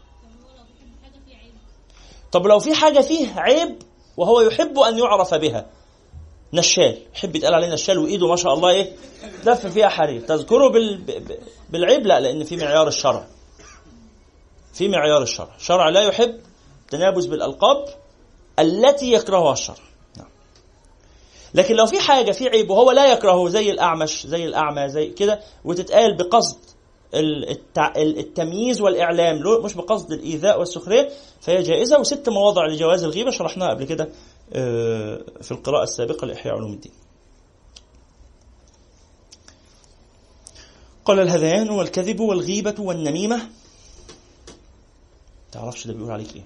طب لو في حاجة فيه عيب وهو يحب أن يعرف بها، نشال، يحب يتقال عليه نشال، وإيده ما شاء الله إيه دف فيها حرير، تذكره بال... بالعيب؟ لا، لأن في معيار الشرع، في معيار الشرع. الشرع لا يحب تنابز بالألقاب التي يكرهها الشرع. لكن لو في حاجة في عيب وهو لا يكرهه، زي الأعمش، زي الأعمى، زي كده، وتتقال بقصد التمييز والإعلام، مش بقصد الإيذاء والسخرية، فهي جائزة. وست مواضع لجواز الغيبة شرحناها قبل كده في القراءة السابقة لإحياء علوم الدين. قال الهذيان والكذب والغيبة والنميمة. تعرفش ده بيقول عليك إيه؟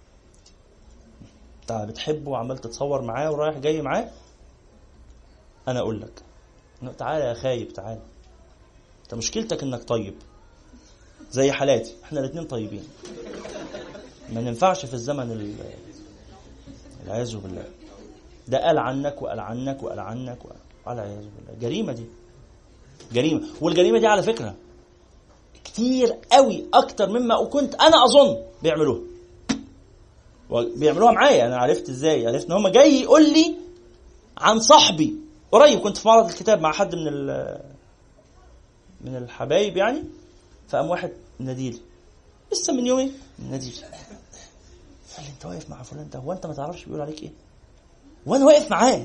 انت بتحبه وعمال تتصور معاه ورايح جاي معاه، انا اقول لك تعالى يا خايب، تعالى، انت مشكلتك انك طيب زي حالاتي، احنا الاثنين طيبين، ما ننفعش في الزمن العياذ بالله. ده قال عنك وقال عنك وقال عنك وقال عياذ بالله. جريمه دي، جريمه. والجريمه دي على فكره كتير قوي، اكتر مما كنت انا اظن بيعملوها، بيعملوها معايا. انا عرفت ازاي؟ عرفت ان هم جاي يقول لي عن صاحبي قريب، كنت في معرض الكتاب مع حد من من الحبايب يعني، فقام واحد ناديلي لسه من يومين، ناديلي قال لي انت واقف مع فلان ده، هو انت ما تعرفش بيقول عليك ايه؟ وانا واقف معاه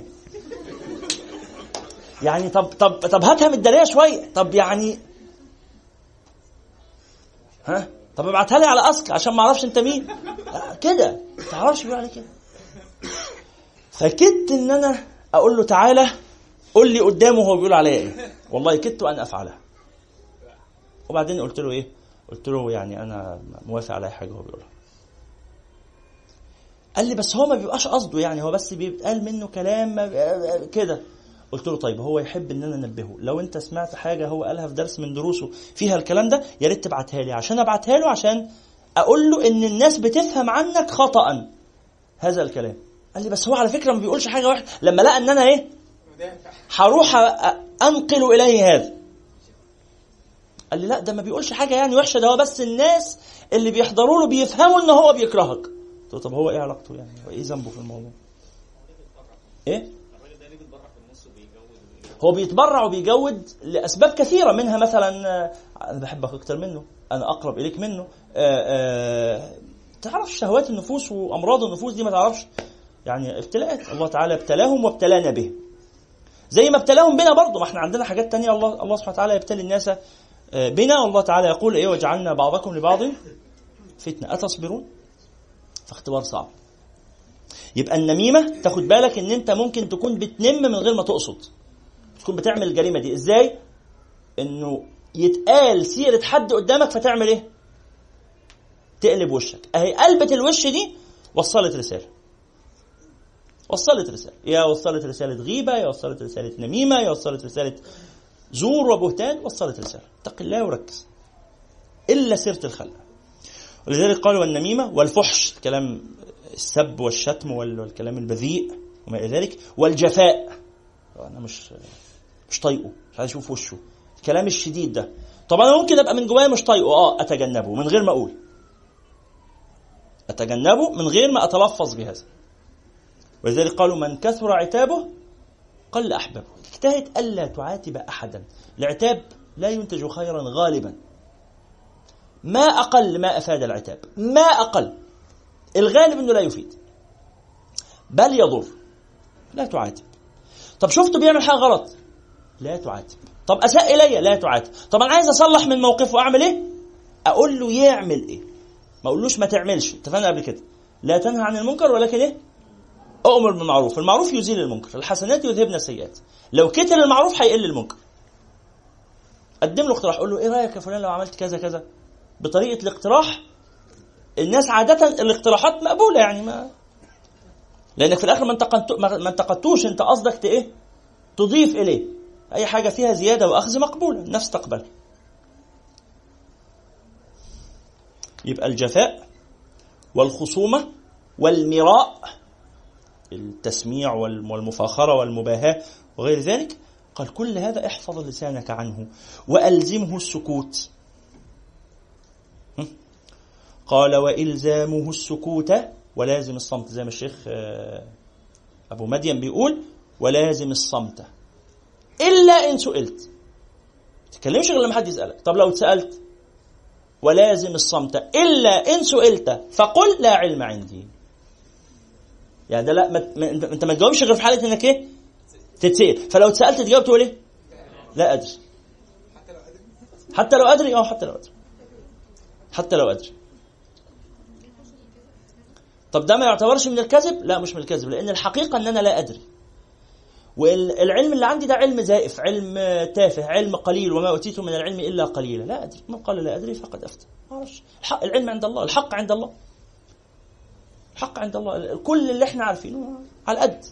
يعني. طب طب طب هاتها من الدنيا شويه، طب يعني ها، طب ابعتها لي على اصل عشان ما اعرفش انت مين كده، ما تعرفش بيقول عليك ايه. فكدت ان انا اقول له تعالى قول لي قدامه هو بيقول عليا ايه، والله كدت ان افعلها. وبعدين قلت له ايه؟ قلت له يعني انا موافق على اي حاجه هو بيقولها. قال لي بس هو ما بيبقاش قصده يعني، هو بس بيتقال منه كلام كده. قلت له طيب هو يحب ان انا انبهه، لو انت سمعت حاجه هو قالها في درس من دروسه فيها الكلام ده، يا ريت تبعتها لي عشان ابعتها له، عشان اقول له ان الناس بتفهم عنك خطأ هذا الكلام. قال لي بس هو على فكره ما بيقولش حاجه واحده، لما لقى ان انا ايه هروح انقل اليه هذا. قال لي لا ده ما بيقولش حاجه يعني وحشه، ده هو بس الناس اللي بيحضروا له بيفهموا ان هو بيكرهك. قلت له طب هو ايه علاقته يعني، هو ايه ذنبه في الموضوع؟ ايه هو بيتبرع وبيجود لأسباب كثيرة، منها مثلا أنا بحبك أكتر منه، أنا أقرب إليك منه، تعرفش شهوات النفوس وأمراض النفوس دي ما تعرفش يعني، ابتلاءات الله تعالى ابتلاهم وابتلانا به، زي ما ابتلاهم بنا برضو. ما احنا عندنا حاجات تانية الله الله سبحانه وتعالى يبتلي الناس بنا، والله تعالى يقول إيه وجعلنا بعضكم لبعض فتنة أتصبرون. فاختبار صعب. يبقى النميمة تاخد بالك إن أنت ممكن تكون بتنم من غير ما تقصد، تكون بتعمل الجريمة دي. ازاي؟ انه يتقال سيرة حد قدامك فتعمل ايه؟ تقلب وشك. اهي قلبة الوش دي وصلت رسالة، وصلت رسالة، يا وصلت رسالة غيبة، يا وصلت رسالة نميمة، يا وصلت رسالة زور وبهتان، وصلت رسالة. اتق الله وركز، إلا سيرة الخلق. ولذلك قالوا والنميمة والفحش، الكلام السب والشتم والكلام البذيء وما إلى ذلك، والجفاء، أنا مش مش طايقه، مش عايز أشوف وشه، الكلام الشديد ده. طبعا أنا ممكن أبقى من جوايا مش طايقه، آه أتجنبه من غير ما أقول، أتجنبه من غير ما أتلفظ بهذا. ولذلك قالوا من كثر عتابه قل أحبابه. اجتهد ألا تعاتب أحدا، العتاب لا ينتج خيرا غالبا، ما أقل ما أفاد العتاب، ما أقل، الغالب أنه لا يفيد بل يضر. لا تعاتب. طب شفته بيعمل حاجة غلط، لا تعاتب. طب أساء إلي، لا تعاتب. طب أنا عايز أصلح من موقفه، أعمل إيه؟ أقول له يعمل إيه، ما أقولوش ما تعملش. اتفقنا قبل كده، لا تنهى عن المنكر ولكن إيه؟ أؤمر بالمعروف. المعروف يزيل المنكر، الحسنات يذهبن السيئات. لو كتر المعروف هيقل المنكر. قدم له اقتراح، قول له إيه رأيك يا فلان لو عملت كذا كذا، بطريقة الاقتراح. الناس عادة الاقتراحات مقبولة يعني، ما لأنك في الآخر ما انتقدتو ما انتقدتوش، أنت قصدك إيه؟ تضيف إليه. أي حاجة فيها زيادة وأخذ مقبولة، النفس تقبل. يبقى الجفاء والخصومة والمراء، التسميع والمفاخرة والمباهاة وغير ذلك، قال كل هذا احفظ لسانك عنه وألزمه السكوت. قال وإلزامه السكوت ولازم الصمت، زي ما الشيخ أبو مدين بيقول ولازم الصمت إلا إن سئلت. تكلمش غير لما حد يسألك. طب لو تسألت، ولازم الصمت إلا إن سئلت فقل لا علم عندي. يعني ده لا ما انت ما تجاوبش غير في حالة انك ايه تتسأل. فلو تسألت تجاوب تقول ايه؟ لا أدري. حتى لو أدري اه حتى لو أدري حتى لو أدري طب ده ما يعتبرش من الكذب؟ لا مش من الكذب، لأن الحقيقة أن أنا لا أدري، والعلم اللي عندي ده علم زائف، علم تافه، علم قليل، وما أوتيت من العلم إلا قليلا. لا أدري. من قال لا أدري فقد أفتى. الحق العلم عند الله، الحق عند الله، الحق عند الله. كل اللي احنا عارفينه على القد.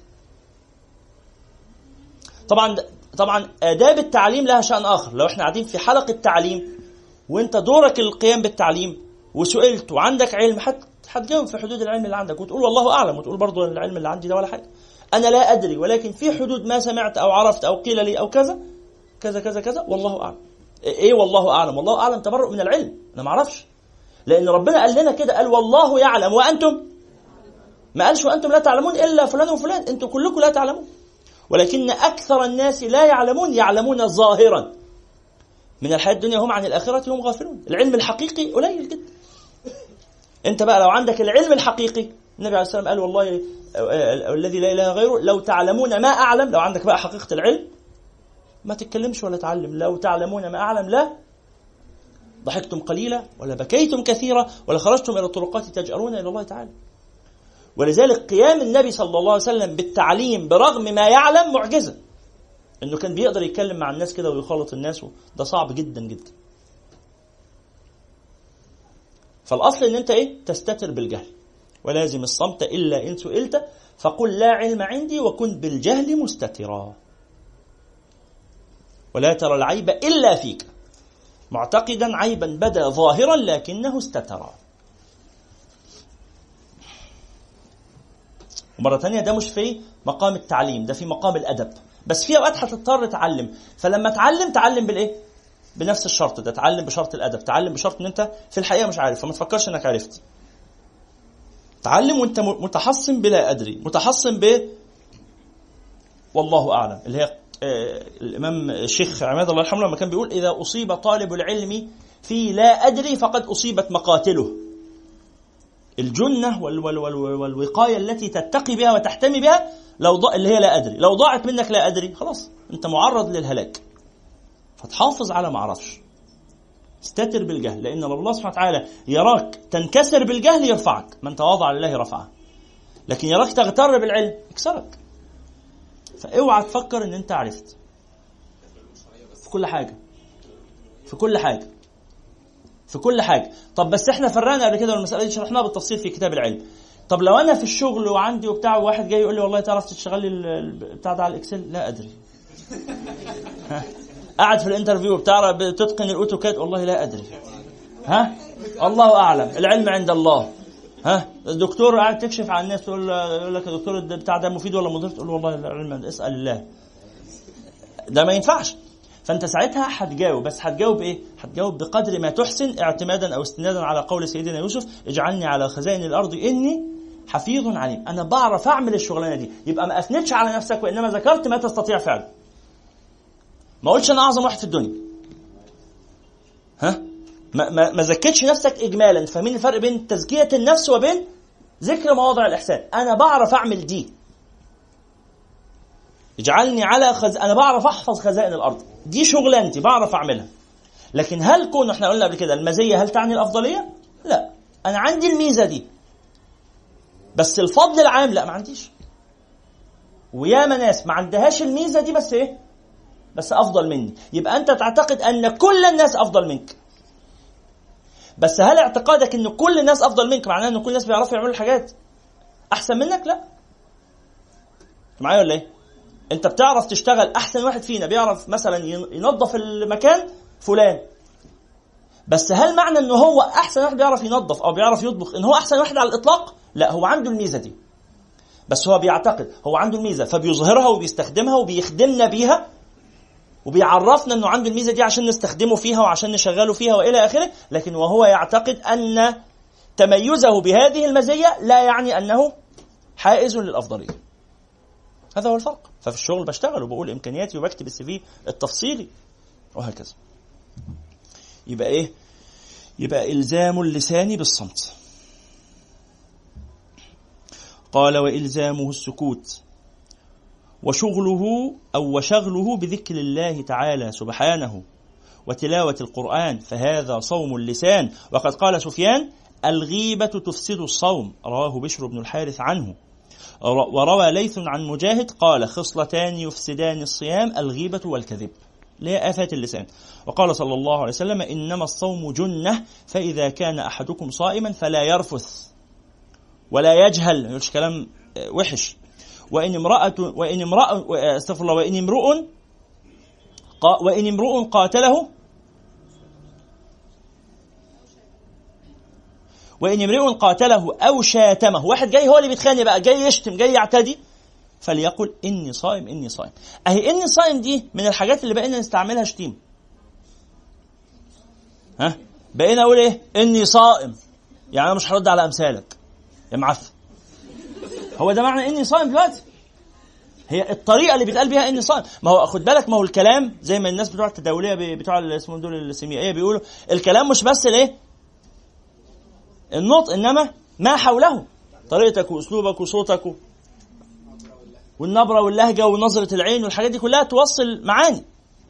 طبعا طبعا آداب التعليم لها شأن آخر. لو احنا قاعدين في حلقة تعليم وانت دورك القيام بالتعليم وسئلت وعندك علم، هتجاوب في حدود العلم اللي عندك وتقول والله أعلم، وتقول برضو العلم اللي عندي ده ولا حاجة، أنا لا أدري، ولكن في حدود ما سمعت أو عرفت أو قيل لي أو كذا كذا كذا كذا والله أعلم. إيه والله أعلم؟ والله أعلم تبرؤ من العلم، أنا ما أعرفش، لأن ربنا قال لنا كده، قال والله يعلم وأنتم، ما قالش وأنتم لا تعلمون إلا فلان وفلان، أنتم كلكم لا تعلمون، ولكن أكثر الناس لا يعلمون، يعلمون ظاهرا من الحياة الدنيا، هم عن الآخرة هم غافلون. العلم الحقيقي قليل جدا. أنت بقى لو عندك العلم الحقيقي، النبي عليه السلام قال والله الذي لا إله غيره لو تعلمون ما أعلم، لو عندك بقى حقيقة العلم ما تتكلمش ولا تعلم. لو تعلمون ما أعلم لا ضحكتم قليلا ولا بكيتم كثيرا ولا خرجتم إلى الطرقات تجأرون إلى الله تعالى. ولذلك قيام النبي صلى الله عليه وسلم بالتعليم برغم ما يعلم معجزة، إنه كان بيقدر يتكلم مع الناس كده ويخالط الناس، ده صعب جدا جدا. فالأصل إن أنت إيه؟ تستتر بالجهل، ولازم الصمت إلا إن سئلت فقل لا علم عندي وكن بالجهل مستترا، ولا ترى العيب إلا فيك معتقدا عيبا بدا ظاهرا لكنه استترا. ومرة تانية ده مش في مقام التعليم، ده في مقام الأدب، بس في أوقات هتضطر تعلم، فلما تعلم تعلم بالإيه؟ بنفس الشرط ده، تعلم بشرط الأدب، تعلم بشرط إن أنت في الحقيقة مش عارف، فما تفكرش إنك عرفت. تعلم وأنت متحصن بلا أدري، متحصن ب والله أعلم، اللي هي آه الإمام الشيخ عماد الله يرحمه لما كان بيقول إذا أصيب طالب العلم في لا أدري فقد أصيبت مقاتله. الجنة وال وال وال والوقاية التي تتقي بها وتحتمي بها لو ضاع، اللي هي لا أدري، لو ضاعت منك لا أدري خلاص أنت معرض للهلاك. فتحافظ على ما عرفش، استتر بالجهل، لأن الله سبحانه وتعالى يراك تنكسر بالجهل يرفعك، من تواضع لله رفعه، لكن يراك تغتر بالعلم يكسرك. فاوعى تفكر ان انت عرفت في كل حاجة، في كل حاجة في كل حاجة. طب بس احنا فرقنا قبل كده والمسألة دي شرحناها بالتفصيل في كتاب العلم. طب لو انا في الشغل وعندي وبتاع واحد جاي يقول لي والله تعرف تشتغل لي بتاع ده على الاكسل، لا ادري. قاعد في الانترفيو بتعرف تتقن الاوتوكاد، والله لا ادري. ها الله اعلم، العلم عند الله. ها الدكتور قاعد تكشف على الناس تقول يقول لك يا دكتور بتاع ده مفيد ولا مضر، تقول والله العلم عند، اسال الله. ده ما ينفعش. فانت ساعتها هتجاوب، بس هتجاوب ايه؟ هتجاوب بقدر ما تحسن، اعتمادا او استنادا على قول سيدنا يوسف اجعلني على خزائن الارض اني حفيظ عليم. انا بعرف اعمل الشغلانه دي. يبقى ما اثنتش على نفسك، وانما ذكرت ما تستطيع فعله. ما قلتش انا اعظم واحد في الدنيا. ها ما ما, ما زكتش نفسك اجمالا. فاهمين الفرق بين تزكيه النفس وبين ذكر مواضع الاحسان؟ انا بعرف اعمل دي. اجعلني على خز... انا بعرف احفظ خزائن الارض، دي شغلانتي بعرف اعملها. لكن هل كون احنا قلنا قبل كده المزيه هل تعني الافضليه؟ لا، انا عندي الميزه دي بس الفضل العام لا ما عنديش. ويا ناس ما عندهاش الميزه دي بس ايه؟ بس افضل مني. يبقى انت تعتقد ان كل الناس افضل منك. بس هل اعتقادك ان كل الناس افضل منك معناه ان كل الناس بيعرفوا يعملوا الحاجات احسن منك؟ لا. معايا ولا ايه؟ انت بتعرف تشتغل، احسن واحد فينا بيعرف مثلا ينظف المكان فلان، بس هل معنى انه هو احسن واحد بيعرف ينظف او بيعرف يطبخ ان هو احسن واحد على الاطلاق؟ لا، هو عنده الميزه دي بس هو بيعتقد هو عنده الميزه فبيظهرها وبيستخدمها وبيخدمنا بيها وبيعرفنا انه عنده الميزه دي عشان نستخدمه فيها وعشان نشغله فيها والى اخره. لكن وهو يعتقد ان تميزه بهذه المزيه لا يعني انه حائز للافضليه. هذا هو الفرق. ففي الشغل بشتغل وبقول امكانياتي وبكتب السي في التفصيلي وهكذا. يبقى ايه؟ يبقى الزام اللسان بالصمت. قال والزامه السكوت وشغله او وشغله بذكر الله تعالى سبحانه وتلاوة القرآن، فهذا صوم اللسان. وقد قال سفيان الغيبة تفسد الصوم، رواه بشر بن الحارث عنه. وروى ليث عن مجاهد قال خصلتان يفسدان الصيام الغيبة والكذب، ليه آفات اللسان. وقال صلى الله عليه وسلم إنما الصوم جنة، فإذا كان أحدكم صائما فلا يرفث ولا يجهل، يقولش كلام وحش. وإن امرأة وإن امرأة استغفر الله وإن امرؤ وإن امرؤ قاتله وإن امرئ قاتله أو شاتمه، واحد جاي هو اللي بيتخانق بقى، جاي يشتم جاي يعتدي، فليقل إني صائم إني صائم. أهي إني صائم دي من الحاجات اللي بقينا نستعملها شتيم. ها بقينا أقول إيه؟ إني صائم، يعني أنا مش هرد على أمثالك يا معفن. هو ده معنى إني صائم دلوقتي، هي الطريقة اللي بيتقال بيها إني صائم. ما هو خد بالك، ما هو الكلام زي ما الناس بتوع التداولية بتوع اسمهم دول السيميائية بيقولوا الكلام مش بس الإيه النطق، إنما ما حوله، طريقتك وأسلوبك وصوتك والنبرة واللهجة ونظرة العين والحاجات دي كلها توصل معاني.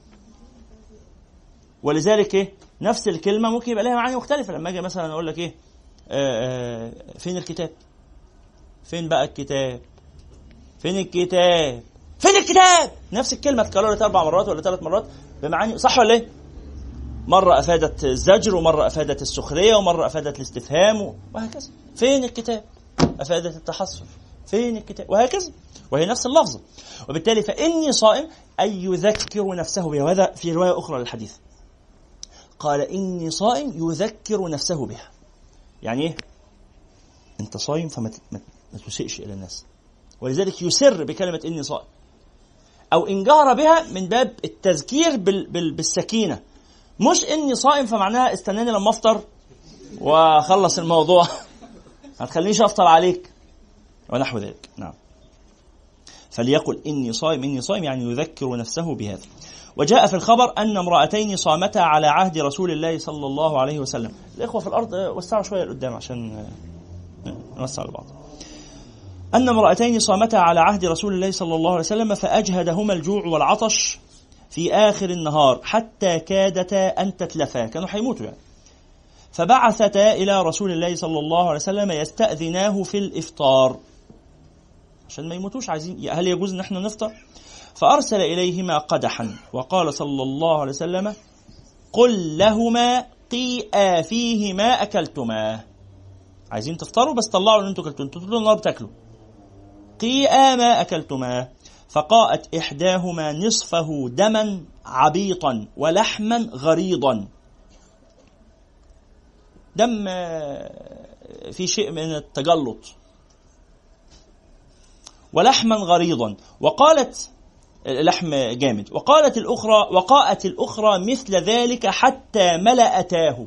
ولذلك إيه نفس الكلمة ممكن يبقى لها معاني مختلفة. لما أجي مثلا أقول لك إيه آآ آآ فين الكتاب؟ فين بقى الكتاب؟ فين الكتاب؟ فين الكتاب؟ نفس الكلمة تكررت أربع مرات ولا ثلاث مرات بمعاني، صح ولا إيه؟ مرة أفادت الزجر ومرة أفادت السخرية ومرة أفادت الاستفهام وهكذا. فين الكتاب؟ أفادت التحسر. فين الكتاب؟ وهكذا، وهي نفس اللفظة. وبالتالي فإني صائم أي يذكر نفسه بها. وهذا في رواية أخرى للحديث قال إني صائم يذكر نفسه بها. يعني إيه؟ أنت صائم فما تسئش إلى الناس، ولذلك يسر بكلمة إني صائم، أو إن جهر بها من باب التذكير بالسكينة، مش إني صائم فمعناها استناني لما أفطر وخلص الموضوع ما تخلينيش أفطر عليك ونحو ذلك. نعم، فليقل إني صائم إني صائم يعني يذكر نفسه بهذا. وجاء في الخبر أن امرأتين صامتا على عهد رسول الله صلى الله عليه وسلم. الإخوة في الأرض وسعوا شوية لقدام عشان نوسع لبعض. أن امرأتين صامتا على عهد رسول الله صلى الله عليه وسلم فأجهدهما الجوع والعطش في آخر النهار حتى كادتا أن تتلفا، كانوا حيموتوا يعني. فبعثتا إلى رسول الله صلى الله عليه وسلم يستأذناه في الإفطار عشان ما يموتوش، عايزين هل يجوز نحن نفطر؟ فأرسل إليهما قدحا وقال صلى الله عليه وسلم قل لهما قيئا فيه ما أكلتما. عايزين تفطروا بس طلعوا اللي انتوا كلتوا، انتوا طول النهار بتاكلوا. قيئا ما أكلتما. فقاءت إحداهما نصفه دما عبيطا ولحما غريضا. دم في شيء من التجلط، ولحما غريضا. وقالت لحم جامد. وقالت الأخرى وقاءت الأخرى مثل ذلك حتى ملأتاه.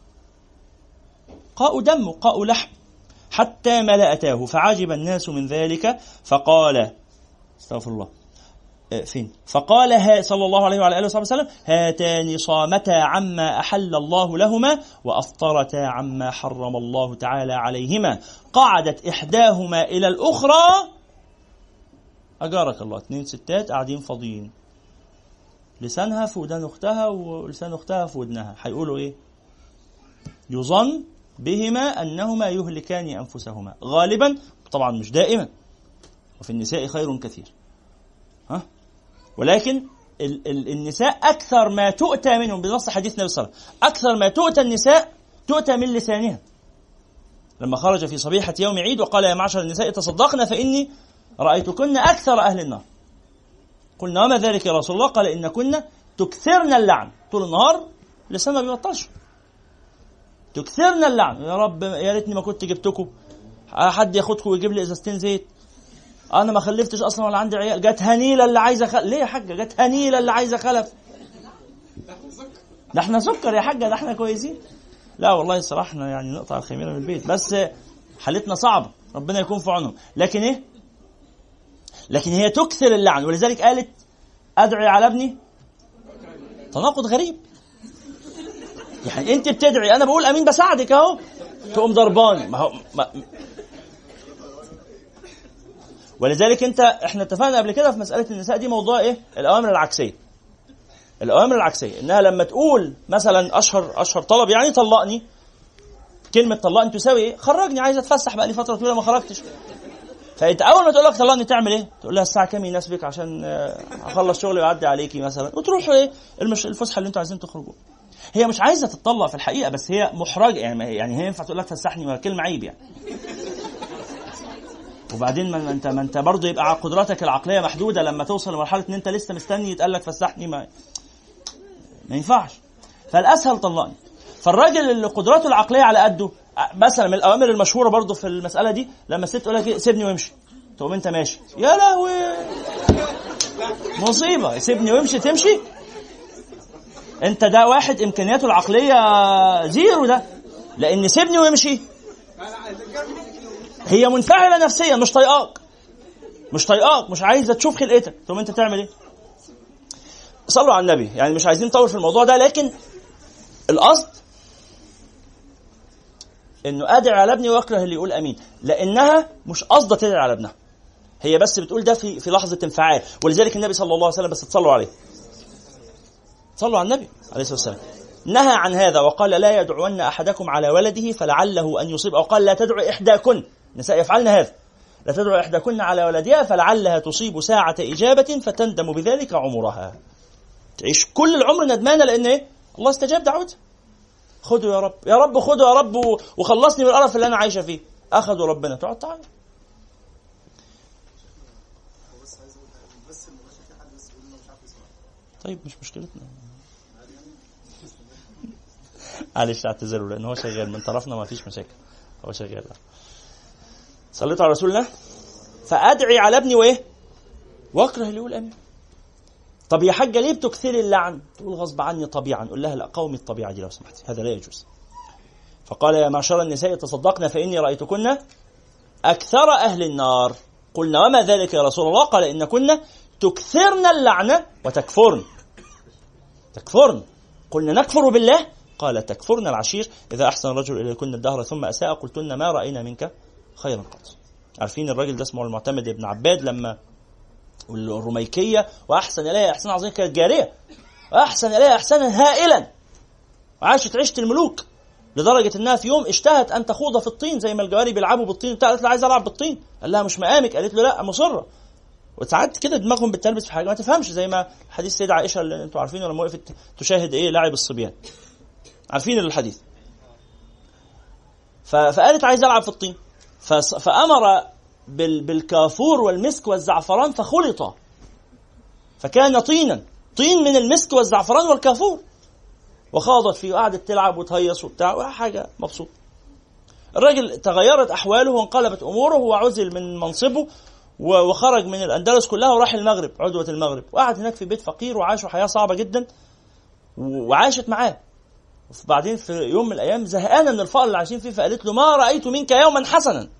قاء دم قاء لحم حتى ملأتاه. فعجب الناس من ذلك فقال استغفر الله فين فقال صلى الله عليه وعلى آله وصحبه وسلم: هاتان صامتا عما أحل الله لهما وأفطرتا عما حرم الله تعالى عليهما. قعدت إحداهما إلى الأخرى. أجارك الله، اتنين ستات قاعدين فاضيين، لسانها في ودان أختها ولسان أختها في ودنها، هيقولوا إيه؟ يظن بهما أنهما يهلكان أنفسهما غالبا، طبعا مش دائما، وفي النساء خير كثير، ها؟ ولكن ال- ال- النساء أكثر ما تؤتى منهم بنص حديث النبي صلى الله عليه وسلم، أكثر ما تؤتى النساء تؤتى من لسانها. لما خرج في صبيحة يوم عيد وقال: يا معشر النساء تصدقنا فإني رأيتكن أكثر أهل النار. قلنا: وما ذلك يا رسول الله؟ قال: إن كنا تكثرن اللعن. طول النهار لسان ما بيبطلش، تكثرن اللعن. يا رب يا ريتني ما كنت جبتكم، حد ياخدكم ويجيب لي ازازتين زيت، انا ما خلفتش اصلا ولا عندي عيال، جت هنيله اللي عايزه خلف. ليه يا حاجه؟ جت هنيله اللي عايزه خلف. ده احنا سكر يا حاجه، ده احنا كويسين. لا والله الصراحه احنا يعني نقطع الخميره من البيت، بس حالتنا صعبه، ربنا يكون في عونهم. لكن ايه؟ لكن هي تكثر اللعن، ولذلك قالت: ادعي على ابني. تناقض غريب، يعني انت بتدعي، انا بقول امين بساعدك اهو، تقوم ضرباني. ما هو ما ولذلك انت احنا اتفقنا قبل كده في مساله النساء دي، موضوع ايه؟ الاوامر العكسيه. الاوامر العكسيه انها لما تقول مثلا اشهر اشهر طلب، يعني طلقني، كلمه طلقني تساوي ايه؟ خرجني، عايز اتفسح بقى لي فتره طويله ما خرجتش. فانت اول ما تقول لك طلقني تعمل ايه؟ تقول لها الساعه كام يناسبك عشان اخلص شغلي واعدي عليكي مثلا، وتروحوا ايه المش... الفسحه اللي انتوا عايزين تخرجوا. هي مش عايزه تتطلق في الحقيقه، بس هي محرجه، يعني يعني هي ينفع تقول لك فسحني؟ ما كلمه عيب يعني. وبعدين ما انت ما انت برضه يبقى قدراتك العقليه محدوده لما توصل لمرحله ان انت لسه مستني يتقال لك فسحني، ما ما ينفعش. فالاسهل طلقني. فالراجل اللي قدراته العقليه على قده، مثلا من الاوامر المشهوره برضه في المساله دي، لما الست تقول لك سيبني وامشي، تقوم انت ماشي، يا لهوي مصيبه، سيبني وامشي تمشي انت؟ ده واحد امكانياته العقليه زيرو ده، لان سيبني وامشي هي منفعله نفسيا، مش طايقاك مش طايقاك مش عايزه تشوف خلقتك، ثم انت تعمل ايه؟ صلوا على النبي. يعني مش عايزين نطول في الموضوع ده، لكن القصد انه ادعي على ابني واكره اللي يقول امين، لانها مش قصده تدعي على ابنها، هي بس بتقول ده في في لحظه انفعال. ولذلك النبي صلى الله عليه وسلم، بس تصلوا عليه، صلوا على النبي عليه الصلاه والسلام، نهى عن هذا وقال: لا يدعون احدكم على ولده فلعله ان يصيب، او قال: لا تدعو احداكن، النساء يفعلن هذا، لا تدعو احداكن على ولدها فلعلها تصيب ساعه اجابه فتندم بذلك عمرها، تعيش كل العمر ندمانه، لان ايه؟ الله استجاب دعوتها. خذوا يا رب يا رب خذوا يا رب وخلصني من القرف اللي انا عايشه فيه. اخذوا ربنا، تقعد تعالى. طيب مش مشكلتنا، معلش اعتذروا، لان هو شغال من طرفنا، ما فيش مشاكل، هو شغال. صليت على رسول الله. فادعي على ابني وايه؟ واكره اللي يقول امين. طب يا حاجه ليه بتكثري اللعن؟ تقول غصب عني طبيعا. نقول لها: لا، قومي الطبيعه دي لو سمحتي، هذا لا يجوز. فقال: يا معشر النساء تصدقنا فاني رايتكن اكثر اهل النار. قلنا: وما ذلك يا رسول الله؟ قال: ان كنا تكثرن اللعنه وتكفرن. تكفرن. قلنا: نكفر بالله؟ قال: تكفرن العشير. اذا احسن الرجل اليكن الدهر ثم اساء قلتن ما راينا منك خيرا قط. عارفين الراجل ده اسمه المعتمد ابن عباد، لما الرميكيه واحسن اليها احسان عظيم، كانت جاريه واحسن اليها احسانا هائلا، وعاشت عيشه الملوك، لدرجه انها في يوم اشتهت ان تخوض في الطين زي ما الجواري بيلعبوا بالطين. قالت له: عايز العب بالطين. قال لها: مش مقامك. قالت له: لا، مصره. وساعات كده دماغهم بتلبس في حاجه ما تفهمش، زي ما حديث سيدة عائشه اللي انتوا عارفينه، لما وقفت تشاهد ايه؟ لعب الصبيان. عارفين الحديث. فقالت عايز ألعب في الطين، فأمر بالكافور والمسك والزعفران فخلط فكان طينا، طين من المسك والزعفران والكافور، وخاضت فيه وقعدت تلعب وتهيص وبتاع وحاجة مبسوط. الراجل تغيرت أحواله وانقلبت أموره وعزل من منصبه وخرج من الأندلس كلها وراح المغرب، عدوة المغرب، وقعد هناك في بيت فقير وعاشوا حياة صعبة جدا وعاشت معاه. وبعدين في يوم من الأيام زهقانة من الفقر اللي عايشين فيه، فقالت له ما رأيت منك يوما حسنا.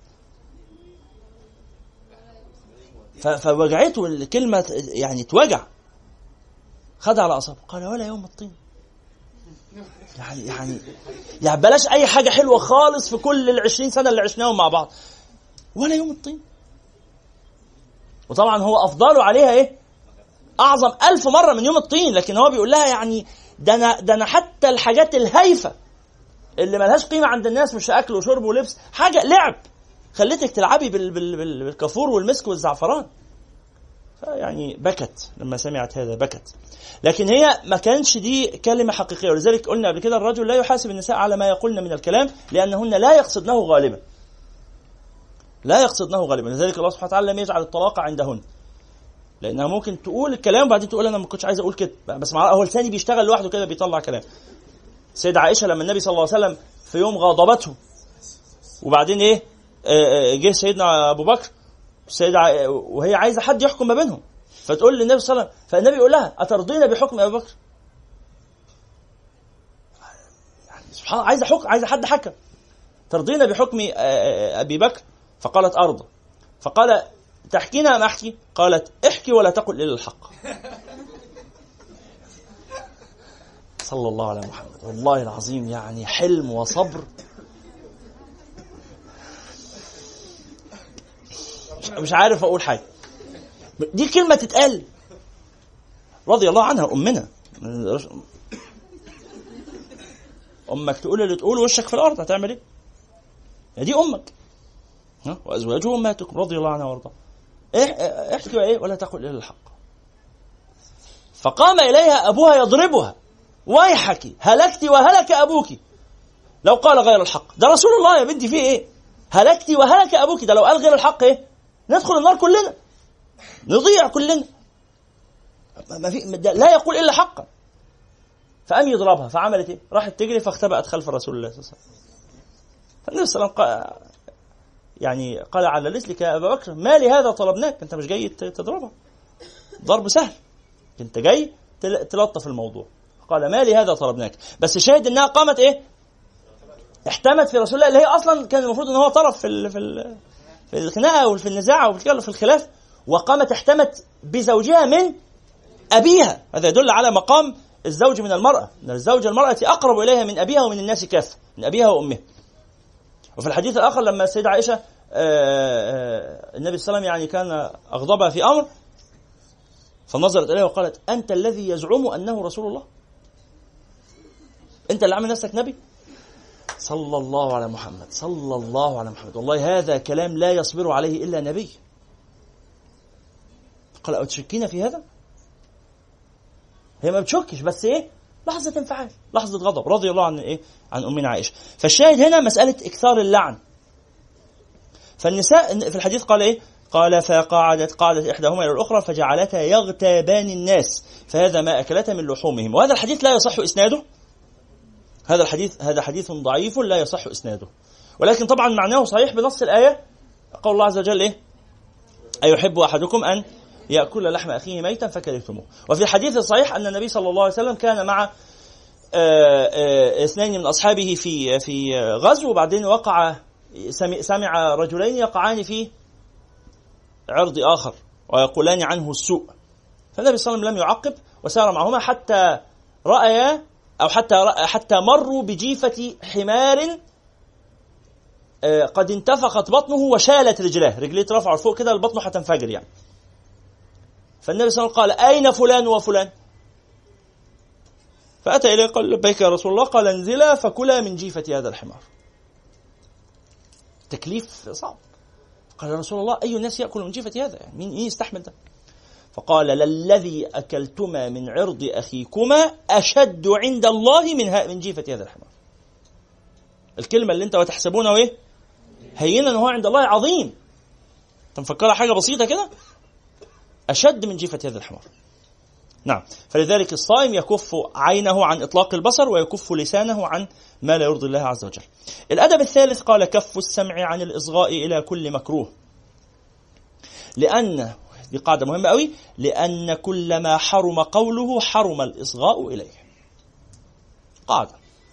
فوجعته الكلمة، يعني توجع، خد على أصابه قال ولا يوم الطين. يعني يعني يعني بلاش أي حاجة حلوة خالص في كل العشرين سنة اللي عشناهم مع بعض، ولا يوم الطين. وطبعا هو أفضله عليها إيه؟ أعظم ألف مرة من يوم الطين، لكن هو بيقول لها يعني ده أنا, ده أنا حتى الحاجات الهايفة اللي ملهاش قيمة عند الناس، مش أكل وشرب ولبس، حاجة لعب خليتك تلعبي بال بال بال بالكافور والمسك والزعفران. يعني بكت لما سمعت هذا، بكت. لكن هي ما كانش دي كلمة حقيقية، ولذلك قلنا قبل كده الرجل لا يحاسب النساء على ما يقولن من الكلام، لأنهن لا يقصدنه غالبا، لا يقصدنه غالبا. لذلك الله سبحانه وتعالى لم يجعل الطلاق عندهن، لأنها ممكن تقول الكلام وبعدين تقول أنا ما كنتش عايز أقول كده، بس مع هو لساني بيشتغل لوحده كده بيطلع كلام. سيدة عائشة لما النبي صلى الله عليه وسلم في يوم غاضبته وبعدين إيه جه سيدنا أبو بكر سيدة وهي عايزة حد يحكم ما بينهم، فتقول للنبي صلى الله عليه وسلم، فالنبي يقول لها أترضين بحكم أبي بكر؟ يعني سبحان الله، عايزة حكم، عايزة حد حكم، ترضين بحكم أبي بكر؟ فقالت أرضى. فقال تحكينا أم أحكي؟ قالت احكي ولا تقل إلا الحق. صلى الله على محمد. والله العظيم يعني حلم وصبر، مش عارف أقول حاجة. دي كلمة تتقال رضي الله عنها أمنا. أمك تقول اللي تقول وشك في الأرض، هتعمل إيه؟ دي أمك، وأزواجه أمهاتكم رضي الله عنها وارضاها. احكي إيه ولا تقل إلا الحق. فقام إليها أبوها يضربها، ويحكي هلكتي وهلك أبوك لو قال غير الحق. ده رسول الله يا بنتي، فيه إيه؟ هلكتي وهلك أبوك، ده لو قال غير الحق إيه؟ ندخل النار كلنا، نضيع كلنا. ما في لا يقول إلا حقا. فأم يضربها، فعملت إيه؟ راحت تجري فاختبأت خلف رسول الله صلى الله عليه وسلم. فالنبي صلى الله عليه وسلم قال يعني قال على رسلك يا أبا بكر ما لهذا طلبناك، أنت مش جاي تضربها، ضرب سهل، أنت جاي تلطف الموضوع. قال ما لهذا طلبناك. بس شاهد أنها قامت إيه؟ احتمت في رسول الله، اللي هي أصلا كان المفروض أن هو طرف في ال في ال في الخناقة وفي النزاع وفي الخلاف، وقامت احتمت بزوجها من أبيها. هذا يدل على مقام الزوج من المرأة، أن الزوج المرأة أقرب إليها من أبيها ومن الناس كافة، من أبيها وأمها. وفي الحديث الآخر لما السيدة عائشة آآ آآ النبي صلى الله عليه وسلم يعني كان أغضبها في أمر، فنظرت إليه وقالت أنت الذي يزعم أنه رسول الله؟ أنت اللي عامل نفسك نبي؟ صلى الله على محمد، صلى الله على محمد. والله هذا كلام لا يصبر عليه إلا نبي. قال أتشكين في هذا؟ هي ما بتشكش، بس إيه؟ لحظة انفعال، لحظة غضب، رضي الله عن إيه؟ عن أمنا عائشة. فالشاهد هنا مسألة إكثار اللعن. فالنساء في الحديث قال إيه؟ قال فقعدت قعدت إحداهما إلى الأخرى فجعلتا يغتابان الناس فهذا ما أكلتا من لحومهم. وهذا الحديث لا يصح إسناده، هذا الحديث هذا حديث ضعيف لا يصح إسناده، ولكن طبعا معناه صحيح بنص الآية. قول الله عز وجل إيه؟ أيحب أحدكم أن يأكل لحم أخيه ميتا فكرهتموه. وفي الحديث الصحيح أن النبي صلى الله عليه وسلم كان مع اثنين من أصحابه في في غزو، وبعدين وقع سمع رجلين يقعان في عرض آخر ويقولان عنه السوء، فالنبي صلى الله عليه وسلم لم يعقب وسار معهما حتى رأيا أو حتى حتى مروا بجيفة حمار قد انتفخت بطنه وشالت رجلاه، رجليه رفعوا فوق كده البطن هتنفجر يعني. فالنبي صلى الله عليه وسلم قال أين فلان وفلان؟ فأتى إليه قال لبيك يا رسول الله، قال انزلا فكلا من جيفة هذا الحمار. تكليف صعب. قال يا رسول الله أي الناس يأكل من جيفة هذا؟ يعني مين يستحمل ده؟ فقال للذي أكلتما من عرض أخيكما أشد عند الله من من جيفة هذا الحمار. الكلمة اللي انت وتحسبونه ايه هينا هو عند الله عظيم، تنفكرها حاجة بسيطة كده، أشد من جيفة هذا الحمار. نعم. فلذلك الصائم يكف عينه عن إطلاق البصر ويكف لسانه عن ما لا يرضي الله عز وجل. الأدب الثالث قال كف السمع عن الإصغاء إلى كل مكروه، لأن دي قاعدة مهمة قوي، لأن كل ما حرم قوله حرم الإصغاء إليه. قاعدة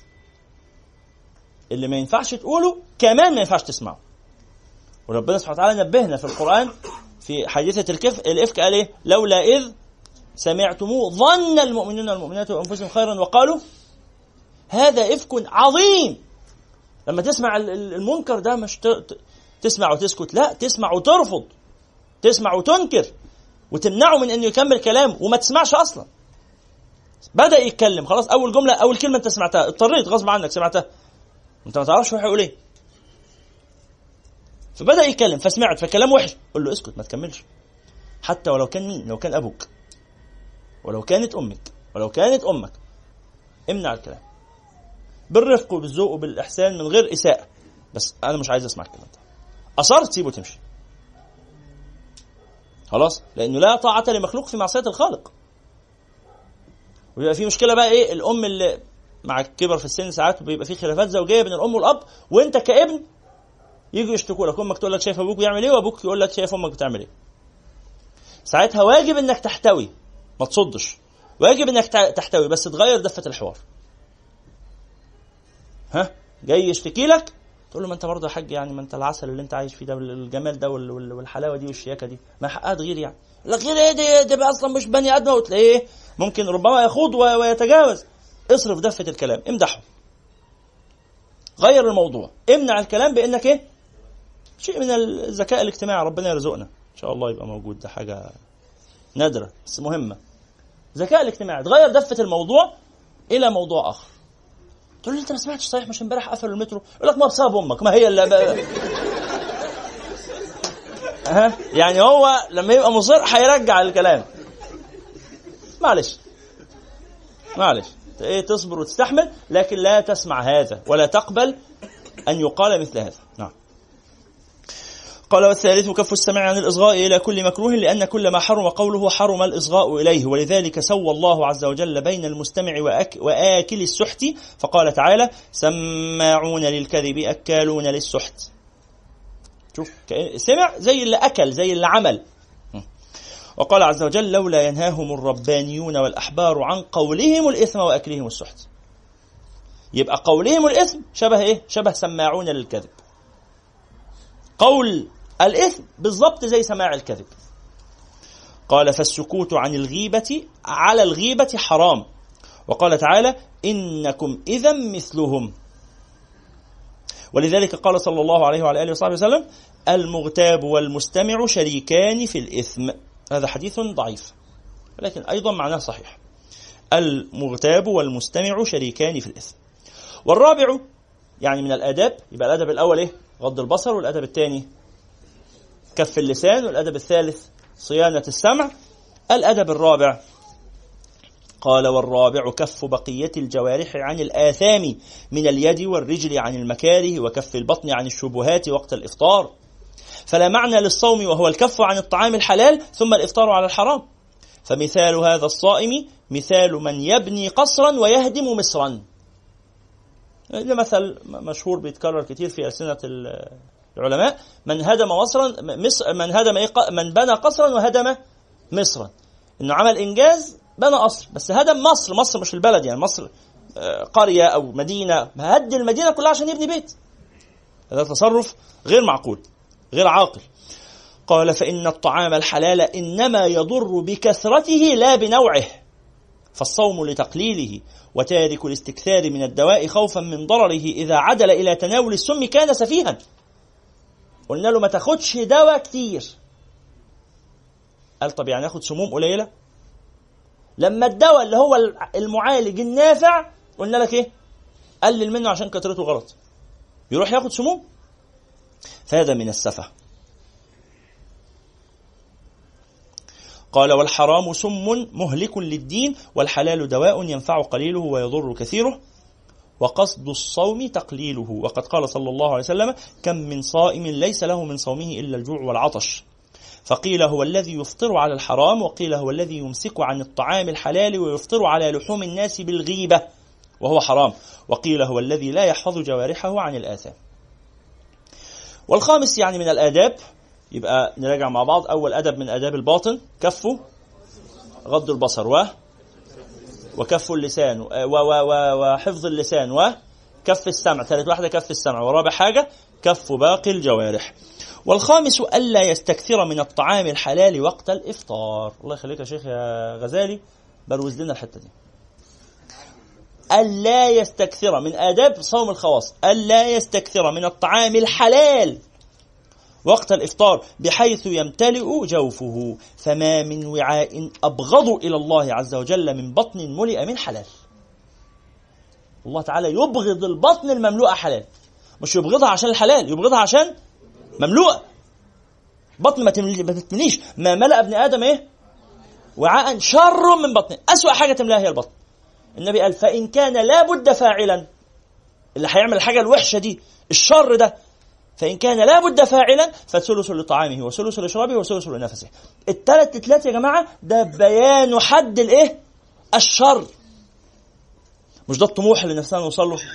اللي ما ينفعش تقوله كمان ما ينفعش تسمعه. وربنا سبحانه وتعالى نبهنا في القرآن في حادثة الكف الإفك قال إيه؟ لولا إذ سمعتموه ظن المؤمنون والمؤمنات وأنفسهم خيرا وقالوا هذا إفك عظيم. لما تسمع المنكر ده مش تسمع وتسكت، لا، تسمع وترفض، تسمع وتنكر وتمنعه من أنه يكمل كلامه وما تسمعش أصلا. بدأ يتكلم خلاص، أول جملة أول كلمة أنت سمعتها اضطريت غصب عنك سمعتها، أنت ما تعرفش هو هيقول إيه، فبدأ يتكلم فسمعت فكلام وحش، قل له اسكت ما تكملش، حتى ولو كان مين، لو كان أبوك ولو كانت أمك ولو كانت أمك، امنع الكلام بالرفق وبالذوق وبالإحسان من غير إساءة، بس أنا مش عايز أسمع الكلام ده. أصرت سيبه تمشي خلاص، لأنه لا طاعة لمخلوق في معصية الخالق. ويبقى في مشكلة بقى إيه، الأم اللي مع الكبر في السن ساعات بيبقى في خلافات زوجية بين الأم والأب، وأنت كابن يجوا يشتكوا لك، أمك تقول لك شايف أبوك بيعمل إيه، وأبوك يقول لك شايف أمك بتعمل إيه. ساعتها واجب إنك تحتوي، ما تصدش، واجب إنك تحتوي، بس تغير دفة الحوار. ها جاي يشتكي لك تقول له ما انت برضه يا حاج، يعني ما انت العسل اللي انت عايش فيه ده، الجمال ده والحلاوه دي والشياكه دي، ما حقها تغير يعني. لا غير ايه دي, دي بقى اصلا مش بني ادم، وتلاقيه ممكن ربما يخوض ويتجاوز. اصرف دفه الكلام، امدحه، غير الموضوع، امنع الكلام بانك ايه، شيء من الذكاء الاجتماعي ربنا يرزقنا ان شاء الله يبقى موجود، ده حاجه نادره بس مهمه. ذكاء الاجتماعي، تغير دفه الموضوع الى موضوع اخر. تقول لي انت ما سمعتش صحيح مش امبارح قفلوا المترو؟ يقول لك ما بسبب امك، ما هي اللي بقى. ها يعني هو لما يبقى مصر هيرجع الكلام. معلش معلش ايه، تصبر وتستحمل، لكن لا تسمع هذا ولا تقبل ان يقال مثل هذا. نعم. قال والثالث كف السمع عن الإصغاء إلى كل مكروه، لأن كل ما حرم قوله حرم الإصغاء إليه، ولذلك سوى الله عز وجل بين المستمع وأك وآكل السحت، فقال تعالى سماعون للكذب أكالون للسحت. شوف سمع زي اللي أكل زي اللي عمل. وقال عز وجل لولا ينهاهم الربانيون والأحبار عن قولهم الإثم وأكلهم السحت. يبقى قولهم الإثم شبه إيه؟ شبه سماعون للكذب. قول الإثم بالضبط زي سماع الكذب. قال فالسكوت عن الغيبة على الغيبة حرام. وقال تعالى إنكم إذا مثلهم. ولذلك قال صلى الله عليه وعلى آله وصحبه وسلم المغتاب والمستمع شريكان في الإثم. هذا حديث ضعيف لكن أيضا معناه صحيح. المغتاب والمستمع شريكان في الإثم. والرابع يعني من الآداب، يبقى الأدب الأول إيه؟ غض البصر، والأدب الثاني كف اللسان، والأدب الثالث صيانة السمع. الأدب الرابع قال والرابع كف بقية الجوارح عن الآثام من اليد والرجل عن المكاره، وكف البطن عن الشبهات وقت الإفطار. فلا معنى للصوم وهو الكف عن الطعام الحلال ثم الإفطار على الحرام. فمثال هذا الصائم مثال من يبني قصرا ويهدم مصرا. ده مثل مشهور بيتكرر كتير في ألسنة العلماء، من هدم مصرا مصر، من هدم إيه؟ من بنى قصرا وهدم مصرا. إنه عمل إنجاز، بنى قصر بس هدم مصر. مصر مش البلد يعني، مصر قرية أو مدينة، هد المدينة كلها عشان يبني بيت. هذا تصرف غير معقول غير عاقل. قال فإن الطعام الحلال إنما يضر بكثرته لا بنوعه، فالصوم لتقليله، وتارك الاستكثار من الدواء خوفا من ضرره إذا عدل إلى تناول السم كان سفيها. قلنا له ما تاخدش دواء كتير، قال طب يعني ياخد سموم قليلة؟ لما الدواء اللي هو المعالج النافع قلنا لك ايه؟ قلل منه عشان كثرته غلط، يروح ياخد سموم. فهذا من السفه. قال والحرام سم مهلك للدين والحلال دواء ينفع قليله ويضر كثيره وقصد الصوم تقليله. وقد قال صلى الله عليه وسلم كم من صائم ليس له من صومه إلا الجوع والعطش. فقيل هو الذي يفطر على الحرام وقيل هو الذي يمسك عن الطعام الحلال ويفطر على لحوم الناس بالغيبة وهو حرام وقيل هو الذي لا يحفظ جوارحه عن الآثام. والخامس يعني من الآداب، يبقى نراجع مع بعض. أول أدب من آداب الباطن كفه غض البصر و وكف اللسان و و و وحفظ اللسان وكف السمع، ثالث واحدة كف السمع، ورابع حاجة كف باقي الجوارح. والخامس ألا يستكثر من الطعام الحلال وقت الإفطار. الله يخليك يا شيخ يا غزالي، بروز لنا الحتة دي. ألا يستكثر من آداب صوم الخواص، ألا يستكثر من الطعام الحلال وقت الإفطار بحيث يمتلئ جوفه، فما من وعاء أبغض إلى الله عز وجل من بطن ملئ من حلال. الله تعالى يبغض البطن المملوءة حلال، مش يبغضها عشان الحلال، يبغضها عشان مملوءة. بطن ما تمليش، ما ملأ ابن آدم إيه؟ وعاء شر من بطن. أسوأ حاجة تملاها هي البطن. النبي قال فإن كان لا بد فاعلا، اللي هيعمل الحاجة الوحشة دي الشر ده، فإن كان لا بد فاعلا فثلث لطعامه وثلث لشرابه وثلث لنفسه. الثلاث تتلات يا جماعة ده بيان حد الايه؟ الشر. مش ده الطموح اللي نفسنا نوصل له،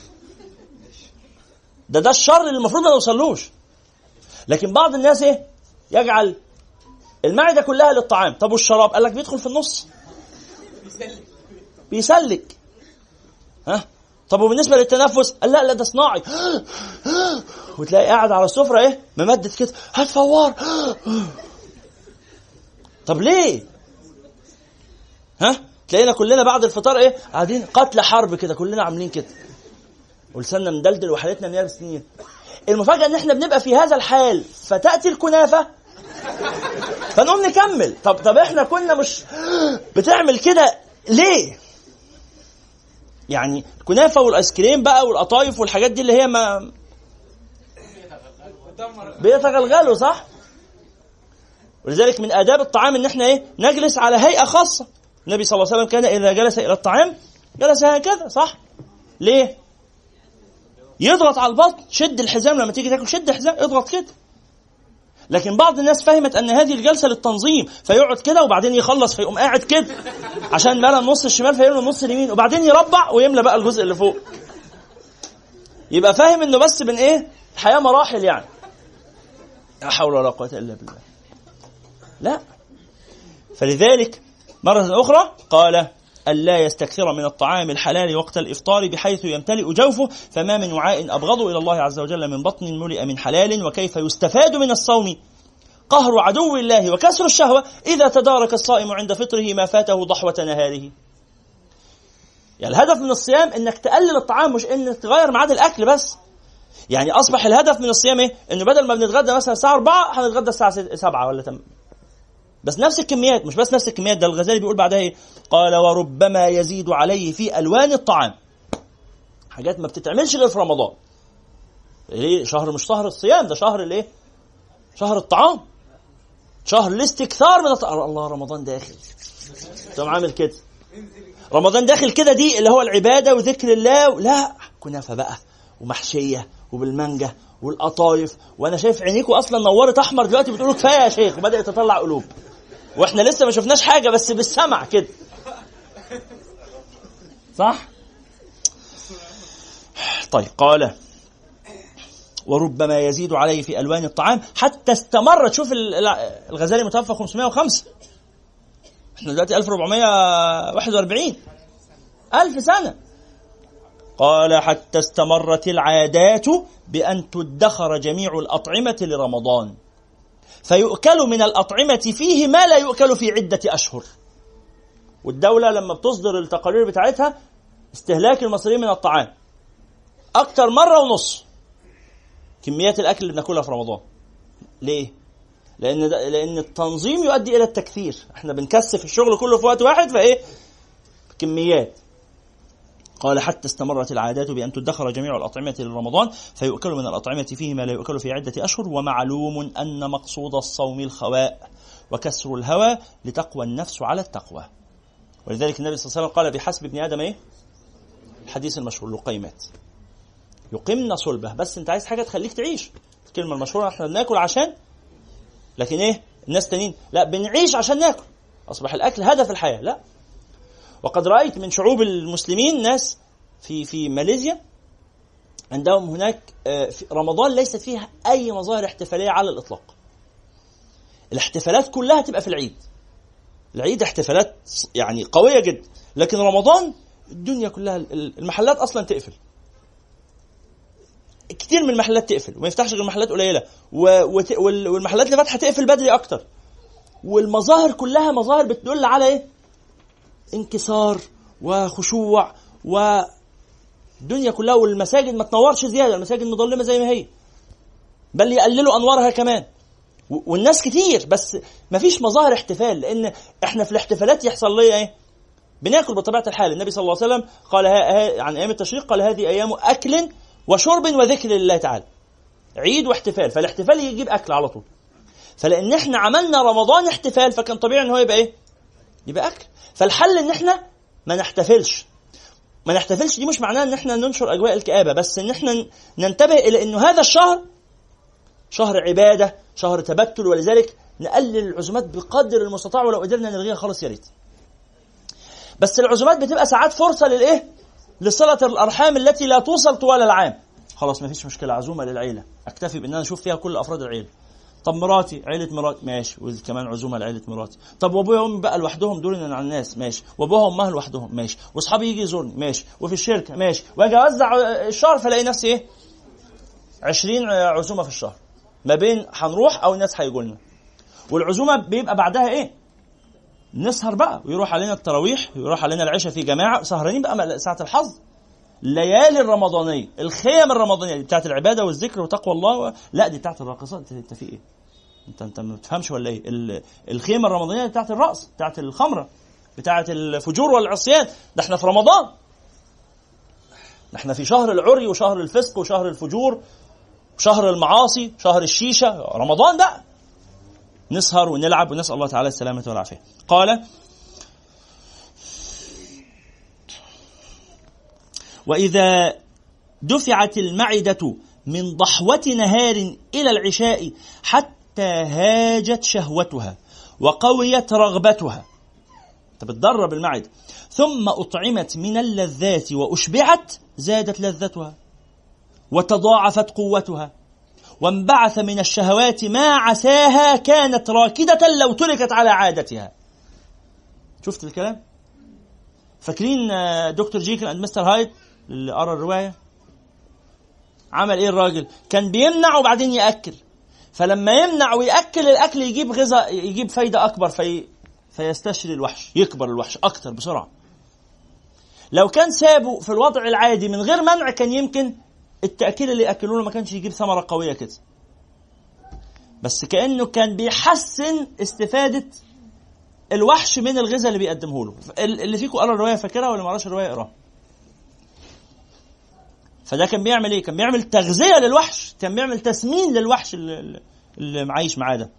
ده ده الشر اللي المفروض ما نوصلوش. لكن بعض الناس ايه؟ يجعل المعدة كلها للطعام. طب والشراب؟ قال لك بيدخل في النص بيسلك بيسلك ها. طب وبالنسبة للتنفس؟ قال لا لا ده صناعي، وتلاقي قاعد على السفرة ايه ممدد كده هتفوار. طب ليه؟ ها تلاقينا كلنا بعد الفطار ايه قاعدين قتل حرب كده، كلنا عاملين كده ولساننا مدلدل وحالتنا من سنين. المفاجأة ان احنا بنبقى في هذا الحال فتأتي الكنافة فنقوم نكمل. طب طب احنا كنا مش بتعمل كده ليه؟ يعني الكنافة والايس كريم بقى والقطايف والحاجات دي اللي هي ما بيتغلغلوا صح. ولذلك من آداب الطعام ان احنا ايه نجلس على هيئة خاصة. النبي صلى الله عليه وسلم كان اذا جلس الى الطعام جلس هكذا صح. ليه؟ يضغط على البطن، شد الحزام لما تيجي تاكل، شد الحزام اضغط كده. لكن بعض الناس فهمت ان هذه الجلسة للتنظيم، فيقعد كده وبعدين يخلص فيقوم قاعد كده عشان ملا النص الشمال فيملى النص اليمين، وبعدين يربع ويملى بقى الجزء اللي فوق. يبقى فاهم انه بس من ايه الحياة مراحل يعني. لا حول ولا قوة الا بالله. لا. فلذلك مرة اخرى قال ألا يستكثر من الطعام الحلال وقت الإفطار بحيث يمتلئ جوفه، فما من وعاء أبغض إلى الله عز وجل من بطن ملئ من حلال. وكيف يستفاد من الصوم قهر عدو الله وكسر الشهوة إذا تدارك الصائم عند فطره ما فاته ضحوة نهاره. يعني الهدف من الصيام إنك تقلل الطعام، مش إنك تغير ميعاد الأكل بس. يعني أصبح الهدف من الصيام إيه؟ إنه بدل ما بنتغدى مثلا الساعة أربعة هنتغدى الساعة سبعة ولا تم. بس نفس الكميات، مش بس نفس الكميات. ده الغزالي بيقول بعدها ايه؟ قال وربما يزيد عليه في ألوان الطعام، حاجات ما بتتعملش غير في رمضان. ليه؟ شهر مش شهر الصيام، ده شهر الايه؟ شهر الطعام، شهر الاستكثار من الطعام. الله رمضان داخل، تقوم عامل كده رمضان داخل كده، دي اللي هو العبادة وذكر الله. لا كنافة بقى ومحشية وبالمانجا والقطايف، وانا شايف عينيكوا اصلا نورت احمر دلوقتي بتقولوا كفايه يا شيخ، وبدات تطلع قلوب واحنا لسه ما شفناش حاجه بس بالسمع كده صح. طيب قال وربما يزيد عليه في الوان الطعام حتى استمر. شوف الغزالي متوفى خمسمائة وخمسة، احنا دلوقتي ألف وأربعمائة وواحد وأربعين، ألف سنه. قال حتى استمرت العادات بأن تدخر جميع الأطعمة لرمضان فيؤكل من الأطعمة فيه ما لا يؤكل في عدة أشهر. والدولة لما بتصدر التقارير بتاعتها استهلاك المصريين من الطعام أكتر مرة ونص كميات الأكل اللي بناكلها في رمضان. ليه؟ لأن, لأن التنظيم يؤدي إلى التكثير. احنا بنكثف الشغل كله في وقت واحد فإيه؟ كميات. قال حتى استمرت العادات بأن تدخر جميع الأطعمة لرمضان فيؤكل من الأطعمة فيه ما لا يؤكل في عدة أشهر. ومعلوم أن مقصود الصوم الخواء وكسر الهوى لتقوى النفس على التقوى. ولذلك النبي صلى الله عليه وسلم قال بحسب ابن آدم إيه؟ الحديث المشهور لقيمات يقمن صلبه. بس انت عايز حاجة تخليك تعيش. الكلمة المشهورة احنا بناكل عشان، لكن ايه الناس تانيين لا بنعيش عشان ناكل، أصبح الأكل هدف الحياة. لا. وقد رأيت من شعوب المسلمين ناس في في ماليزيا عندهم هناك في رمضان ليست فيها أي مظاهر احتفالية على الإطلاق. الاحتفالات كلها تبقى في العيد. العيد احتفالات يعني قوية جدا، لكن رمضان الدنيا كلها المحلات أصلا تقفل، كتير من المحلات تقفل وما يفتحش غير محلات قليلة، والمحلات اللي فاتحة تقفل بدري أكتر، والمظاهر كلها مظاهر بتدل على إيه؟ انكسار وخشوع، والدنيا كلها، والمساجد ما تنورش زيادة، المساجد مظلمة زي ما هي، بل يقللوا أنوارها كمان، والناس كتير بس ما فيش مظاهر احتفال. لأن احنا في الاحتفالات يحصل لي ايه؟ بناكل بطبيعة الحال. النبي صلى الله عليه وسلم قال عن أيام التشريق قال هذه أيام أكل وشرب وذكر لله تعالى، عيد واحتفال، فالاحتفال يجيب أكل على طول. فلأن احنا عملنا رمضان احتفال فكان طبيعي ان هو يبقى ايه؟ يبقى أكل. فالحل ان احنا ما نحتفلش. ما نحتفلش دي مش معناه ان احنا ننشر أجواء الكآبة، بس ان احنا ننتبه إلى انه هذا الشهر شهر عبادة، شهر تبتل، ولذلك نقلل العزومات بقدر المستطاع، ولو قدرنا نلغيها خلاص يا ريت. بس العزومات بتبقى ساعات فرصة للإيه؟ لصلة الأرحام التي لا توصل طوال العام. خلاص ما فيش مشكلة، عزومة للعيلة أكتفي بأن أنا أشوف فيها كل أفراد العيلة. طب مراتي، عيلة مراتي، ماشي، وكمان عزومة لعيلة مراتي. طب وأبويا وأمي بقى لوحدهم دول عن الناس، ماشي، وأبوها وأمها لوحدهم، ماشي، وأصحابي يجي يزورني، ماشي، وفي الشركة، ماشي، وأجي أوزع الشهر فلاقي نفسي إيه؟ عشرين عزومة في الشهر، ما بين هنروح أو الناس هيجوا لنا. والعزومة بيبقى بعدها إيه؟ نسهر بقى، ويروح علينا التراويح، ويروح علينا العشاء في جماعة، سهرانين بقى ساعة الحظ، الليالي الرمضانية، الخيام الرمضانية دي بتاعت العبادة والذكر وتقوى الله و... لا دي بتاعت الراقصات. انت في ايه؟ انت انت ما بتفهمش ولا ايه؟ الخيمة الرمضانية بتاعت الرقص، بتاعت الخمرة، بتاعت الفجور والعصيان. ده احنا في رمضان، احنا في شهر العري وشهر الفسق وشهر الفجور وشهر المعاصي، شهر الشيشة، رمضان ده نسهر ونلعب ونسأل الله تعالى السلامة والعافية. قال وإذا دفعت المعدة من ضحوة نهار إلى العشاء حتى هاجت شهوتها وقويت رغبتها، بتدرب المعدة، ثم أطعمت من اللذات وأشبعت، زادت لذتها وتضاعفت قوتها، وانبعث من الشهوات ما عساها كانت راكدة لو تركت على عادتها. شفت الكلام؟ فاكرين دكتور جيكل اند مستر هايد اللي قرأ الرواية؟ عمل ايه الراجل؟ كان بيمنع وبعدين يأكل، فلما يمنع ويأكل الأكل يجيب غذاء، يجيب فايدة أكبر، في فيستشري الوحش، يكبر الوحش أكتر بسرعة. لو كان سابه في الوضع العادي من غير منع كان يمكن التأكيل اللي يأكلونه ما كانش يجيب ثمرة قوية كده، بس كأنه كان بيحسن استفادة الوحش من الغذاء اللي بيقدمه له. اللي فيكم قرأ الرواية فاكرها ولا ما قراش الرواية اقراها. فده كان بيعمل ايه؟ كان بيعمل تغذية للوحش، كان بيعمل تسمين للوحش اللي, اللي معيش معاه ده.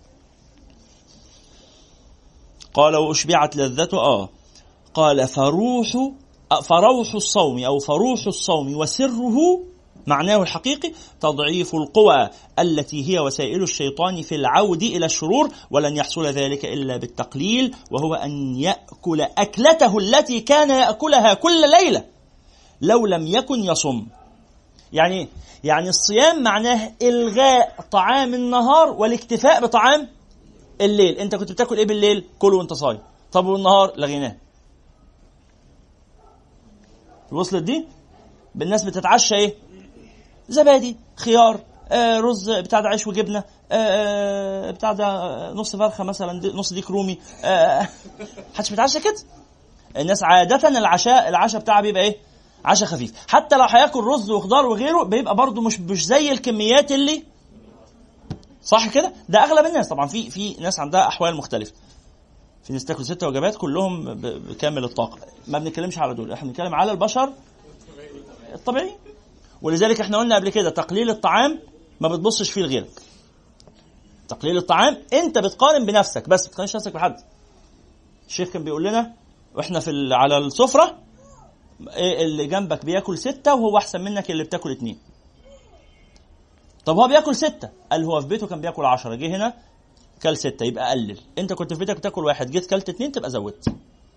قال وأشبعت لذته. آه قال فروح فروح الصوم أو فروح الصوم وسره معناه الحقيقي تضعيف القوى التي هي وسائل الشيطان في العود إلى الشرور، ولن يحصل ذلك إلا بالتقليل، وهو أن يأكل أكلته التي كان يأكلها كل ليلة لو لم يكن يصم. يعني يعني الصيام معناه إلغاء طعام النهار والاكتفاء بطعام الليل. أنت كنت بتاكل إيه بالليل؟ كله وانت صايم. طب والنهار لغيناه. وصلت دي؟ بالناس بتتعشى إيه؟ زبادي، خيار، آه رز بتاع ده، عيش وجبنة، آه بتاع ده نص فرخة مثلا، نص ديك رومي. آه حدش بتعشى كده. الناس عادة العشاء العشاء بتاعها بيبقى إيه؟ عشاء خفيف. حتى لو هياكل رز وخضار وغيره بيبقى برضو مش مش زي الكميات اللي صح كده. ده اغلب الناس طبعا، في في ناس عندها احوال مختلفه، في ناس تاكل ست وجبات كلهم بكامل الطاقه. ما بنتكلمش على دول، احنا بنتكلم على البشر الطبيعي. ولذلك احنا قلنا قبل كده تقليل الطعام ما بتبصش فيه لغيرك. تقليل الطعام انت بتقارن بنفسك بس، بتقارنش نفسك بحد. الشيخ كان بيقول لنا واحنا في على السفرة اللي جنبك بياكل ستة وهو احسن منك اللي بتاكل اتنين. طب هو بياكل ستة، قال هو في بيته كان بياكل عشرة، جه هنا كل ستة، يبقى قلل. انت كنت في بيتك بتاكل واحد، جيت كلت اتنين، تبقى زودت.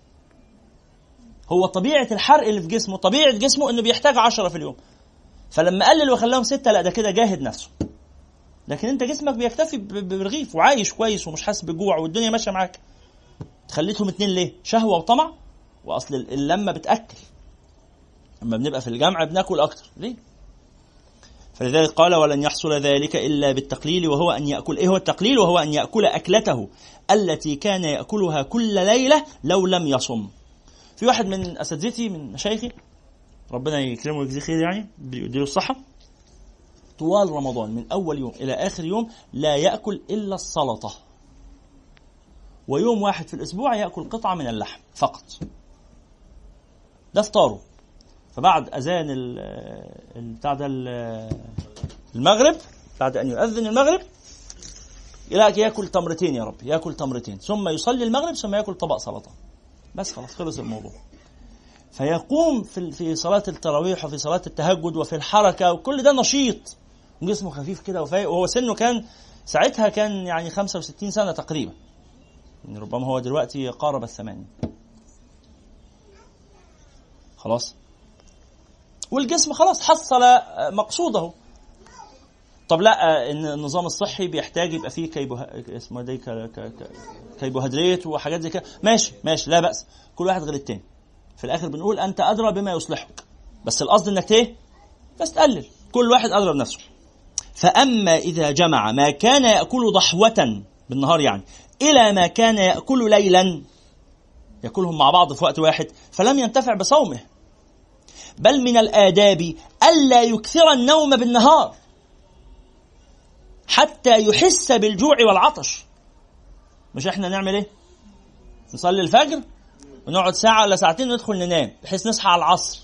هو طبيعة الحرق اللي في جسمه، طبيعة جسمه انه بيحتاج عشرة في اليوم، فلما قلل وخلاهم ستة، لا ده كده جاهد نفسه. لكن انت جسمك بيكتفي برغيف وعايش كويس ومش حاسس بالجوع والدنيا ماشيه معاك، تخليتهم اتنين ليه؟ شهوه وطمع. واصل اللمه بتاكل، لما بنبقى في الجامعه بناكل اكتر ليه؟ فلذلك قال ولن يحصل ذلك الا بالتقليل، وهو ان ياكل. ايه هو التقليل؟ وهو ان ياكل اكلته التي كان ياكلها كل ليله لو لم يصم. في واحد من اساتذتي من مشايخي ربنا يكرمه ويجزيه خير، يعني بيديله الصحه، طوال رمضان من أول يوم إلى آخر يوم لا يأكل إلا السلطة، ويوم واحد في الأسبوع يأكل قطعة من اللحم فقط، ده فطاره. فبعد أذان بتاع ده المغرب، بعد أن يؤذن المغرب يلاقي يأكل تمرتين، يا رب يأكل تمرتين، ثم يصلي المغرب، ثم يأكل طبق سلطة، بس خلاص خلص الموضوع. فيقوم في في صلاة التراويح وفي صلاة التهجد وفي الحركة وكل ده نشيط وجسمه خفيف كده وفايق، وهو سنه كان ساعتها كان يعني خمسة وستين سنة تقريبا، يعني ربما هو دلوقتي قارب الثمانين خلاص، والجسم خلاص حصل مقصوده. طب لا، ان النظام الصحي بيحتاج يبقى فيه كيبوه... اسمه ده كيبوهيدرات وحاجات زي كده، ماشي ماشي لا بأس، كل واحد غير التاني. في الاخر بنقول انت ادرى بما يصلحك، بس القصد انك ايه بس تقلل، كل واحد ادرى بنفسه. فاما اذا جمع ما كان ياكل ضحوه بالنهار يعني الى ما كان ياكل ليلا، ياكلهم مع بعض في وقت واحد، فلم ينتفع بصومه، بل من الآداب الا يكثر النوم بالنهار حتى يحس بالجوع والعطش. مش احنا نعمل ايه؟ نصلي الفجر ونقعد ساعة ولا ساعتين وندخل ننام بحيث نصحى على العصر،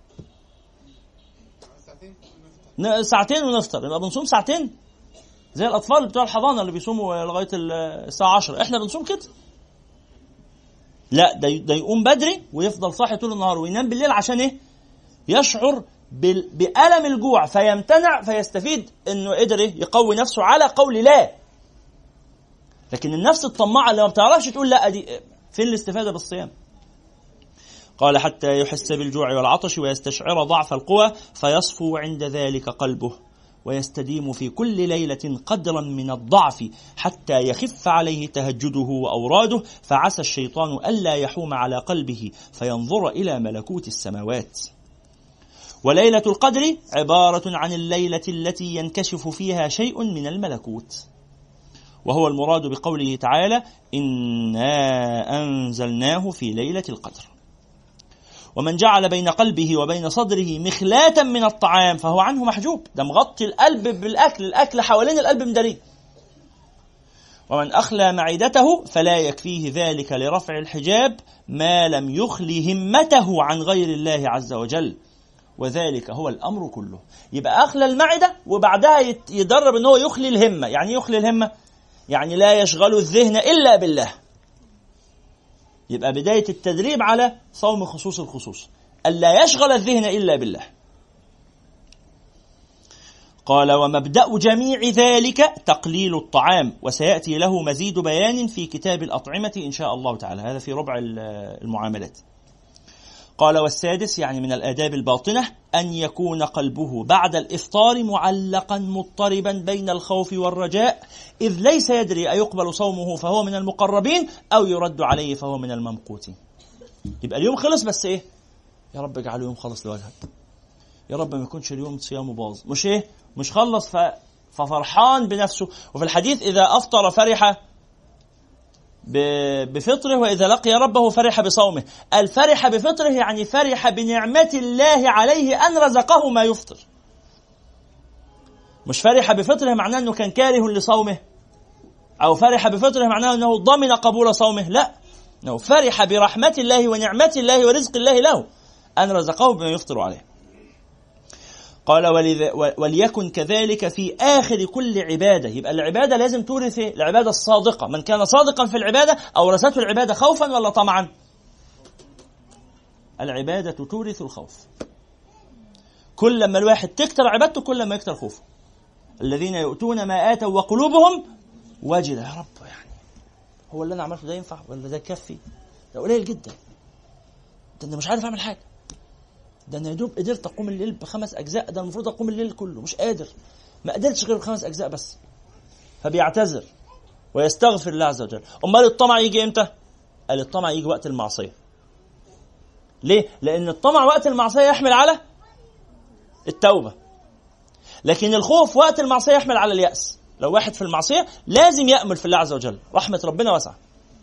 ساعتين ونفطر، يبقى بنصوم ساعتين زي الأطفال بتوع الحضانة اللي بيصوموا لغاية الساعة عشرة. احنا بنصوم كده؟ لا، ده ده يقوم بدري ويفضل صاحي طول النهار وينام بالليل، عشان ايه؟ يشعر بألم الجوع فيمتنع، فيستفيد انه قدر يقوي نفسه على قول لا. لكن النفس الطماعة اللي ما بتعرفش تقول لا، دي فين الاستفادة بالصيام؟ قال حتى يحس بالجوع والعطش ويستشعر ضعف القوى، فيصفو عند ذلك قلبه ويستديم في كل ليلة قدرا من الضعف حتى يخف عليه تهجده وأوراده، فعسى الشيطان ألا يحوم على قلبه فينظر إلى ملكوت السماوات. وليلة القدر عبارة عن الليلة التي ينكشف فيها شيء من الملكوت، وهو المراد بقوله تعالى إنا أنزلناه في ليلة القدر. ومن جعل بين قلبه وبين صدره مخلاة من الطعام فهو عنه محجوب، ده مغطي القلب بالأكل، الأكل حوالين القلب مداري. ومن أخلى معدته فلا يكفيه ذلك لرفع الحجاب ما لم يخلي همته عن غير الله عز وجل، وذلك هو الأمر كله. يبقى أخلى المعدة وبعدها يدرب أنه يخلي الهمة. يعني يخلي الهمة يعني لا يشغل الذهن إلا بالله. يبقى بداية التدريب على صوم خصوص الخصوص، ألا يشغل الذهن إلا بالله. قال ومبدأ جميع ذلك تقليل الطعام، وسيأتي له مزيد بيان في كتاب الأطعمة إن شاء الله تعالى، هذا في ربع المعاملات. قال والسادس يعني من الآداب الباطنة أن يكون قلبه بعد الإفطار معلقا مضطربا بين الخوف والرجاء، إذ ليس يدري أيقبل صومه فهو من المقربين أو يرد عليه فهو من الممقوتين. يبقى اليوم خلص، بس إيه؟ يا رب اجعله يوم خلص لوجهك، يا رب ما يكونش اليوم صيامه باظ، مش إيه؟ مش خلص ف... ففرحان بنفسه. وفي الحديث إذا أفطر فرح بفطره وإذا لقي ربه فرح بصومه. الفرح بفطره يعني فرح بنعمة الله عليه أن رزقه ما يفطر، مش فرح بفطره معناه أنه كان كاره لصومه، أو فرح بفطره معناه أنه ضمن قبول صومه، لا، أنه فرح برحمة الله ونعمة الله ورزق الله له أن رزقه بما يفطر عليه. قال وليكن كذلك في آخر كل عبادة. يبقى العبادة لازم تورث العبادة الصادقة. من كان صادقا في العبادة أورثته العبادة خوفا ولا طمعا؟ العبادة تورث الخوف. كل ما الواحد تكتر عبادته كل ما يكتر خوفه. الذين يؤتون ما آتوا وقلوبهم وجلة، يا رب يعني هو اللي أنا عملته ده ينفع ولا ده يكفي؟ ده قليل جدا، ده أنا مش عارف أعمل حاجة، ده أنا يدوب قدرت أقوم الليل بخمس أجزاء، ده المفروض أقوم الليل كله مش قادر، ما قدرتش غير بخمس أجزاء بس. فبيعتذر ويستغفر الله عز وجل. أمال الطمع يجي إمتى؟ قال الطمع يجي وقت المعصية. ليه؟ لأن الطمع وقت المعصية يحمل على التوبة، لكن الخوف وقت المعصية يحمل على اليأس. لو واحد في المعصية لازم يأمل في الله عز وجل، رحمة ربنا واسعة،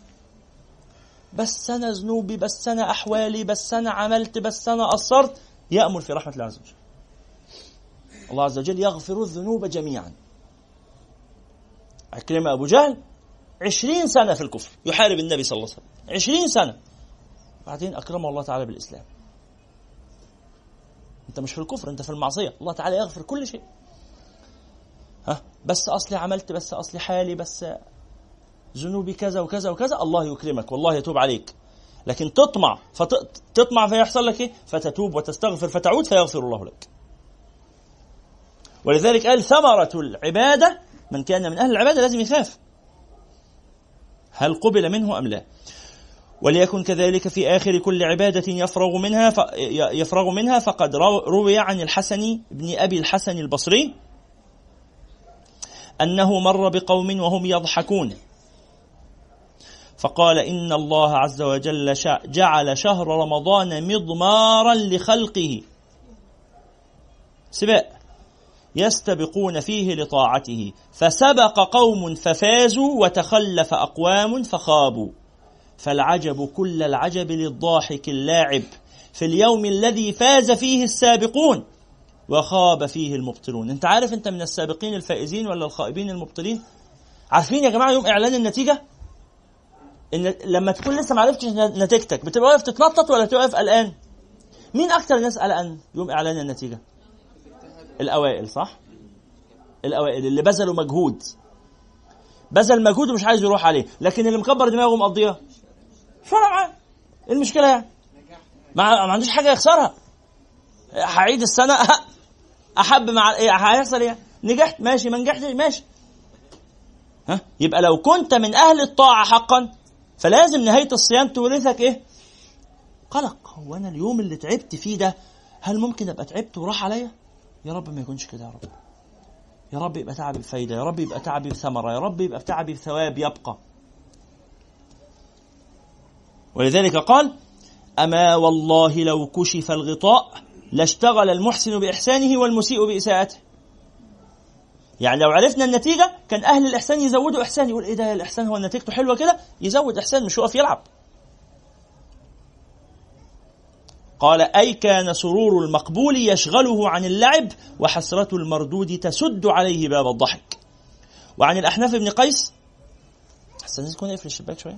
بس أنا ذنوبي، بس أنا أحوالي، بس أنا عملت، بس أنا قصرت، يأمل في رحمة الله عز وجل. الله عز وجل يغفر الذنوب جميعا. عكرمة أبو جهل عشرين سنة في الكفر يحارب النبي صلى الله عليه وسلم، عشرين سنة، بعدين أكرمه الله تعالى بالإسلام. أنت مش في الكفر، أنت في المعصية، الله تعالى يغفر كل شيء. ها بس أصلي عملت، بس أصلي حالي، بس ذنوبي كذا وكذا وكذا، الله يكرمك والله يتوب عليك. لكن تطمع فتطمع فيحصل لك إيه؟ فتتوب وتستغفر فتعود فيغفر الله لك. ولذلك قال ثمرة العبادة، من كان من أهل العبادة لازم يخاف هل قبل منه أم لا. وليكن كذلك في آخر كل عبادة يفرغ منها ف... يفرغ منها فقد روي عن الحسن بن أبي الحسن البصري أنه مر بقوم وهم يضحكون فقال إن الله عز وجل جعل شهر رمضان مضمارا لخلقه، سباق يستبقون فيه لطاعته، فسبق قوم ففازوا وتخلف أقوام فخابوا، فالعجب كل العجب للضاحك اللاعب في اليوم الذي فاز فيه السابقون وخاب فيه المبطلون. انت عارف انت من السابقين الفائزين ولا الخائبين المبطلين؟ عارفين يا جماعة يوم إعلان النتيجة إن لما تكون لسه معرفتش نتيجتك بتبقى واقف تتنطط ولا تقف قلقان؟ مين أكتر الناس قلقان يوم إعلان النتيجة؟ الأوائل، صح؟ الأوائل اللي بذلوا مجهود، بذل مجهود ومش عايز يروح عليه، لكن اللي مكبر دماغه مقضيها شو معاه؟ ايه المشكلة يعني؟ ما عندوش حاجة يخسرها، هعيد السنة أحب مع إيه هيحصل إيه؟ نجحت ماشي، ما نجحتش ماشي. ها؟ يبقى لو كنت من أهل الطاعة حقا فلازم نهاية الصيام تورثك إيه؟ قلق. هو أنا اليوم اللي تعبت فيه ده هل ممكن أبقى تعبت وراح عليا؟ يا رب ما يكونش كده، يا رب يا رب يبقى تعبي بفايدة، يا رب يبقى تعبي بثمرة، يا رب يبقى تعبي بثواب يبقى. ولذلك قال أما والله لو كشف الغطاء لاشتغل المحسن بإحسانه والمسيء بإساءته. يعني لو عرفنا النتيجة كان أهل الإحسان يزودوا إحسان، يقول إيه ده الإحسان هو نتيجته حلوة كده، يزود إحسان مش يقف يلعب. قال أي كان سرور المقبول يشغله عن اللعب وحسرة المردود تسد عليه باب الضحك. وعن الأحناف بن قيس، حسنا نكون يقفل الشباك شوية.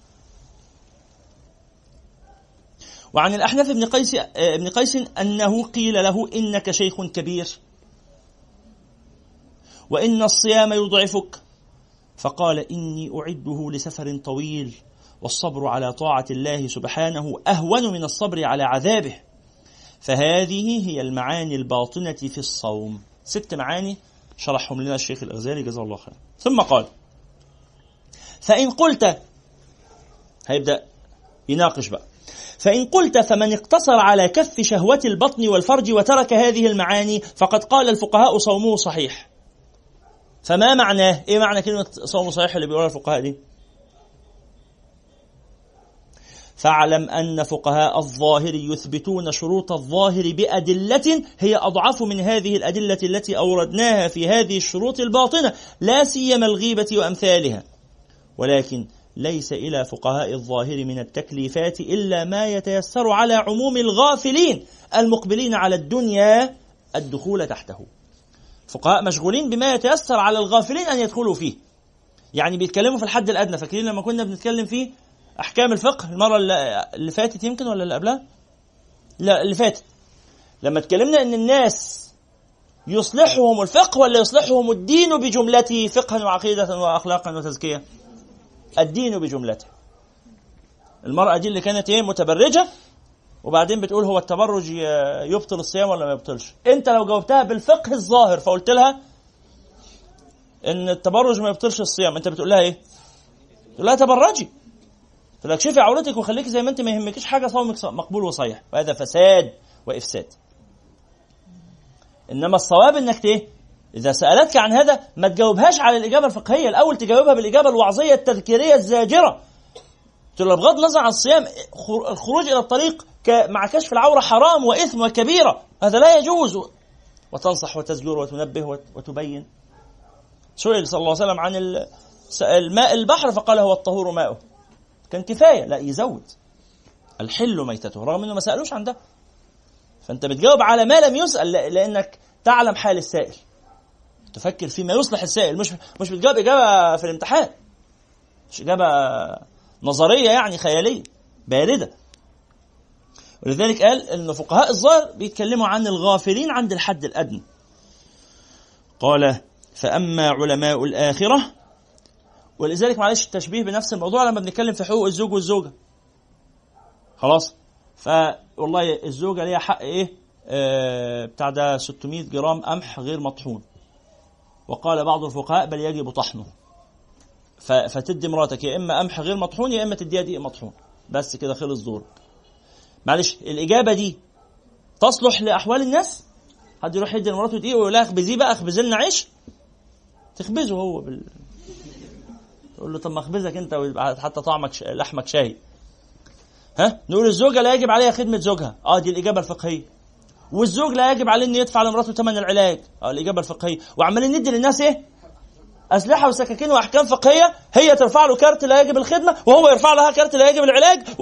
وعن الأحناف بن قيس ابن قيس أنه قيل له إنك شيخ كبير وإن الصيام يضعفك، فقال إني أعده لسفر طويل والصبر على طاعة الله سبحانه أهون من الصبر على عذابه، فهذه هي المعاني الباطنة في الصوم. ست معاني شرحهم لنا الشيخ الغزالي جزاه الله خير. ثم قال فإن قلت، هيبدأ يناقش بقى، فإن قلت فمن اقتصر على كف شهوة البطن والفرج وترك هذه المعاني فقد قال الفقهاء صومه صحيح. فما معناه؟ إيه معنى كلمة صومه صحيح اللي بيقولها الفقهاء دي؟ فاعلم أن فقهاء الظاهر يثبتون شروط الظاهر بأدلة هي أضعف من هذه الأدلة التي أوردناها في هذه الشروط الباطنة، لا سيما الغيبة وأمثالها، ولكن ليس إلى فقهاء الظاهر من التكليفات إلا ما يتيسر على عموم الغافلين المقبلين على الدنيا الدخول تحته. فقهاء مشغولين بما يتيسر على الغافلين أن يدخلوا فيه، يعني بيتكلموا في الحد الأدنى. فاكرين لما كنا بنتكلم فيه أحكام الفقه المرة اللي فاتت يمكن ولا اللي قبلها؟ لا اللي فاتت، لما تكلمنا أن الناس يصلحهم الفقه ولا يصلحهم الدين بجملته فقها وعقيدة وأخلاقا وتزكية؟ الدين بجملته. المرأة دي اللي كانت ايه متبرجة وبعدين بتقول هو التبرج يبطل الصيام ولا ما يبطلش؟ انت لو جاوبتها بالفقه الظاهر فقلت لها ان التبرج ما يبطلش الصيام، انت بتقول لها ايه؟ تقول لها تبرجي، تقول لك شوفي عورتك وخليكي زي ما انت، ما يهمكيش حاجة، صومك مقبول وصحيح، وهذا فساد وإفساد. إنما الصواب إنك ايه؟ إذا سألتك عن هذا ما تجاوبهاش على الإجابة الفقهية، الأول تجاوبها بالإجابة الوعظية التذكيرية الزاجرة. تقول بغض النظر عن الصيام، الخروج إلى الطريق مع كشف العورة حرام وإثم وكبيرة، هذا لا يجوز، وتنصح وتزجر وتنبه وتبين. سئل صلى الله عليه وسلم عن الماء البحر فقال هو الطهور ماؤه، كان كفاية، لا يزود الحل ميتته، رغم أنه ما سألوش عن ده. فأنت بتجاوب على ما لم يسأل لأنك تعلم حال السائل، تفكر فيما يصلح السائل، مش مش بتجاوب إجابة في الامتحان، مش إجابة نظرية يعني خيالية باردة. ولذلك قال أن فقهاء الظاهر بيتكلموا عن الغافلين عند الحد الأدنى. قال فأما علماء الآخرة، ولذلك معلش التشبيه بنفس الموضوع لما بنتكلم في حقوق الزوج والزوجة، خلاص، فوالله الزوجة ليها حق إيه آه بتاع ده ستمائة جرام قمح غير مطحون، وقال بعض الفقهاء بل يجب طحنه، فتدي مراتك يا إما قمح غير مطحون يا إما تديها دقيق مطحون، بس كده خلص دورك. معلش الإجابة دي تصلح لأحوال الناس؟ حد يروح يدي لمراته دقيق ويقول لها اخبزيه بقى، اخبز لنا عيش، تخبزه هو بال... تقول له طب ما اخبزك انت ويبقى حتى طعمك ش... لحمك شاي. ها نقول الزوجة لا يجب عليها خدمة زوجها، اه دي الإجابة الفقهية. والزوج لا يجب عليه انه يدفع لمراته ثمن العلاج، اه الإجابة الفقهية. وعمالين ندي للناس ايه أسلحة وسكاكين وأحكام فقهية، هي ترفع له كارت لا يجب الخدمة وهو يرفع لها كارت لا يجب العلاج و...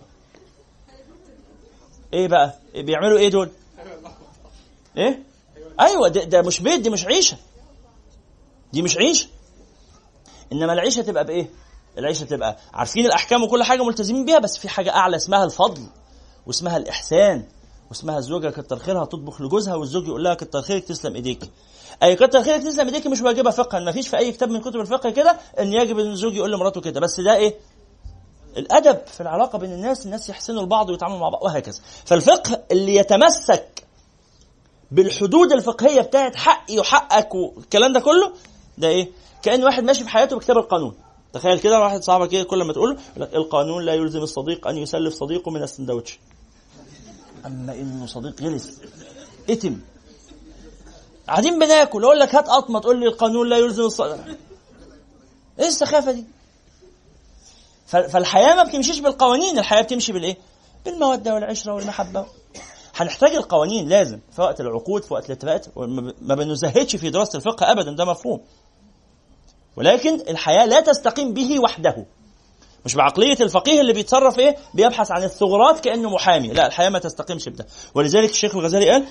ايه بقى إيه بيعملوا ايه دول؟ ايه ايوه ده, ده مش بيت، دي مش عيشة، دي مش عيشة. انما العيشة تبقى بايه؟ العيشة تبقى عارفين الأحكام وكل حاجة ملتزمين بيها، بس في حاجة أعلى اسمها الفضل واسمها الإحسان واسمها الزوجة كتر خيرها تطبخ لجوزها والزوج يقول لها كتر خيرك تسلم إيديك. أي كتر خيرك تسلم إيديك مش واجبة فقها، ما فيش في أي كتاب من كتب الفقه كده إن يجب أن الزوج يقول لمراته كده، بس ده إيه الأدب في العلاقة بين الناس، الناس يحسنوا البعض ويتعاملوا مع بعض وهكذا. فالفقه اللي يتمسك بالحدود الفقهية بتاعت حقي وحقك والكلام ده كله، ده إيه كأن واحد ماشي في حياته بكتاب القانون. تخيل كده واحد صاحبك كده كل ما تقول له القانون لا يلزم الصديق أن يسلف صديقه من السندوتش، أما إنه صديق غلس اتم قاعدين بناكل يقول لك هات قطمة تقول لي القانون لا يلزم الصديق. إيه السخافة دي؟ فالحياة ما بتمشيش بالقوانين، الحياة بتمشي بالإيه؟ بالمودة والعشرة والمحبة. هنحتاج القوانين لازم في وقت العقود في وقت الاتفاقات، ما بنزهدش في دراسة الفقه أبدا، ده مفهوم. ولكن الحياة لا تستقيم به وحده، مش بعقلية الفقيه اللي بيتصرف ايه بيبحث عن الثغرات كأنه محامي، لا الحياة ما تستقيمش بده. ولذلك الشيخ الغزالي قال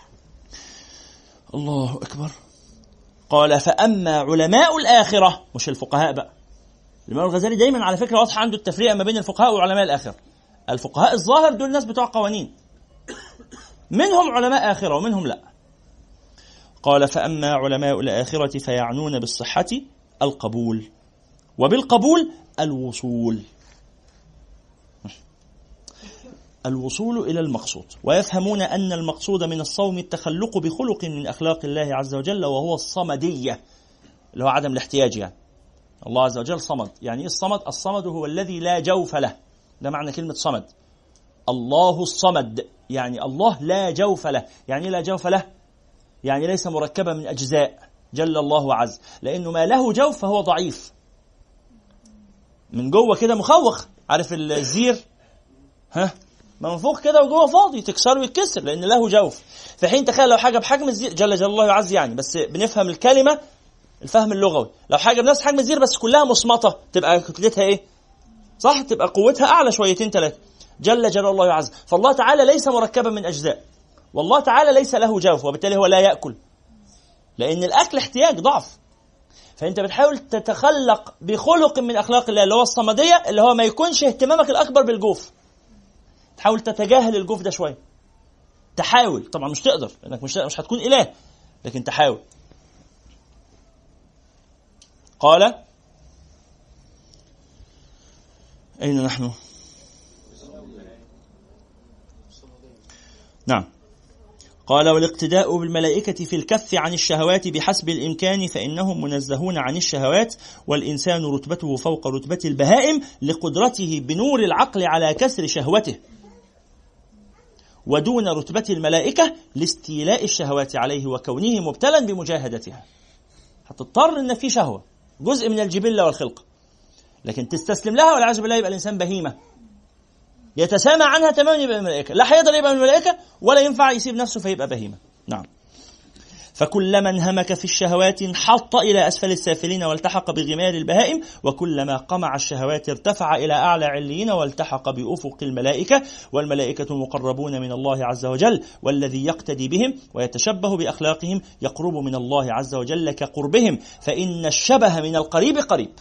الله أكبر، قال فأما علماء الآخرة، مش الفقهاء بقى. الإمام الغزالي دايما على فكرة واضح عنده التفريق ما بين الفقهاء وعلماء الآخرة. الفقهاء الظاهر دول الناس بتوع قوانين، منهم علماء آخرة ومنهم لا. قال فأما علماء الآخرة فيعنون بالصحة القبول، وبالقبول الوصول الوصول إلى المقصود، ويفهمون أن المقصود من الصوم التخلق بخلق من أخلاق الله عز وجل، وهو الصمدية اللي هو عدم الاحتياج. يعني الله عز وجل صمد. يعني إيه الصمد؟ الصمد هو الذي لا جوف له، ده معنى كلمة صمد. الله الصمد يعني الله لا جوف له. يعني لا جوف له يعني ليس مركبا من أجزاء، جل الله عز، لأنه ما له جوف فهو ضعيف من جوه كده مخوخ، عارف الزير ها منفوخ كده وجوه فاضي تكسره ويتكسر لأن له جوف. في حين تخيل لو حاجة بحجم الزير، جل جل الله عز يعني، بس بنفهم الكلمة الفهم اللغوي، لو حاجة بنفس حجم الزير بس كلها مصمطة تبقى كتلتها ايه صح، تبقى قوتها أعلى شويتين ثلاثة، جل جل الله عز. فالله تعالى ليس مركبا من أجزاء، والله تعالى ليس له جوف، وبالتالي هو لا يأكل، لأن الأكل احتياج ضعف. فأنت بتحاول تتخلق بخلق من أخلاق الله اللي هو الصمدية، اللي هو ما يكونش اهتمامك الأكبر بالجوف، تحاول تتجاهل الجوف ده شوية، تحاول طبعا مش تقدر لأنك مش مش هتكون إله، لكن تحاول. قال أين نحن؟ نعم. قال والاقتداء بالملائكة في الكف عن الشهوات بحسب الإمكان فإنهم منزهون عن الشهوات، والإنسان رتبته فوق رتبة البهائم لقدرته بنور العقل على كسر شهوته، ودون رتبة الملائكة لاستيلاء الشهوات عليه وكونه مبتلا بمجاهدتها. هتضطر إن في شهوة جزء من الجبلة والخلق، لكن تستسلم لها والعياذ بالله يبقى الإنسان بهيمة يتسامى عنها تماما، يبقى من الملائكة. لا هيقدر يبقى من الملائكة ولا ينفع يسيب نفسه فيبقى بهيمة. نعم. فكلما انهمك في الشهوات انحط إلى أسفل السافلين والتحق بغمار البهائم، وكلما قمع الشهوات ارتفع إلى أعلى عليين والتحق بأفق الملائكة، والملائكة مقربون من الله عز وجل، والذي يقتدي بهم ويتشبه بأخلاقهم يقرب من الله عز وجل كقربهم، فإن الشبه من القريب قريب.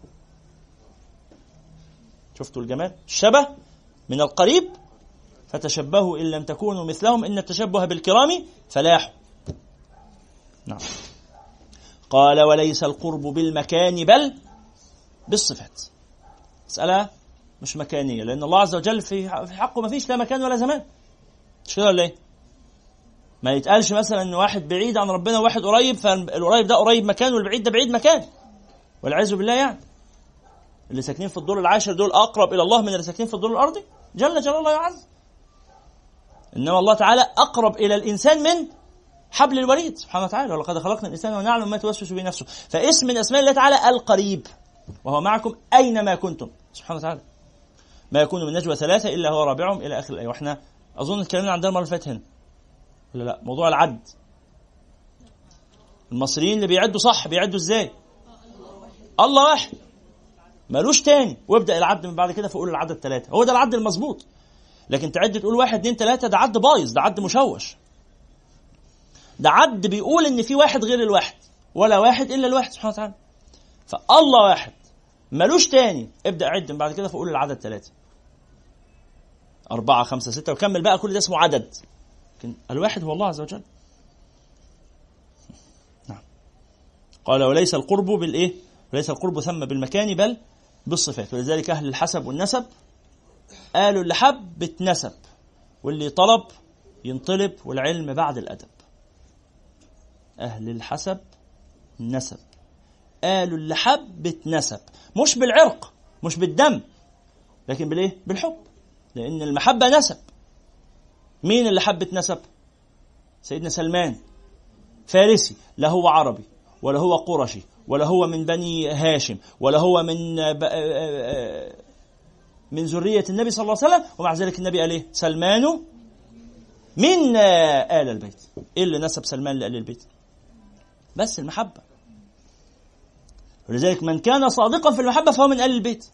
شفتوا الجمال؟ الشبه من القريب، فتشبهوا إن لم تكونوا مثلهم إن التشبه بالكرام فلاح. نعم. قال وليس القرب بالمكان بل بالصفات. مسألة مش مكانية، لأن الله عز وجل في حقه ما فيش لا مكان ولا زمان. مش كده ولا ايه؟ ما يتقالش مثلا ان واحد بعيد عن ربنا وواحد قريب، فالقريب ده قريب مكان والبعيد ده بعيد مكان، والعياذ بالله. يعني اللي ساكنين في الدور العاشر دول أقرب إلى الله من اللي ساكنين في الدور الأرضي جل جل الله يعز. إنما الله تعالى أقرب إلى الإنسان من حبل الوريد سبحانه وتعالى، ولقد خلقنا الإنسان ونعلم ما توسوس به نفسه. فاسم من أسماء الله تعالى القريب، وهو معكم أينما كنتم سبحانه وتعالى. ما يكون من نجوى ثلاثة إلا هو رابعهم إلى آخر الآية. وإحنا أظن الكلام عندنا المرة اللي فاتت هنا ولا لا؟ موضوع العد. المصريين اللي بيعدوا صح بيعدوا إزاي؟ الله واحد مالوش تاني، وابدأ العد من بعد كده فقول العدد ثلاثة، هو ده العد المظبوط. لكن تعد تقول واحد اتنين ثلاثة ده عد بايظ، ده عد مشوش، ده عد بيقول ان في واحد غير الواحد ولا واحد الا الواحد سبحانه وتعالى. فالله واحد مالوش تاني، ابدأ عد من بعد كده فقول العدد ثلاثة أربعة خمسة ستة وكمل بقى، كل ده اسمه عدد. لكن الواحد هو الله عز وجل. نعم. قال وليس القرب بالايه؟ وليس القرب ثم بالمكان بل بالصفات. ولذلك أهل الحسب والنسب قالوا اللي حب بتنسب، واللي طلب ينطلب، والعلم بعد الأدب. أهل الحسب النسب قالوا اللي حب بتنسب، مش بالعرق مش بالدم، لكن بالإيه؟ بالحب، لأن المحبة نسب. مين اللي حب تنسب؟ سيدنا سلمان فارسي، لا هو عربي ولا هو قرشي ولا هو من بني هاشم ولا هو من من ذرية النبي صلى الله عليه وسلم، ومع ذلك النبي قال ايه؟ سلمان من آل البيت. ايه اللي نسب سلمان لآل البيت؟ بس المحبة. ولذلك من كان صادقا في المحبة فهو من آل البيت.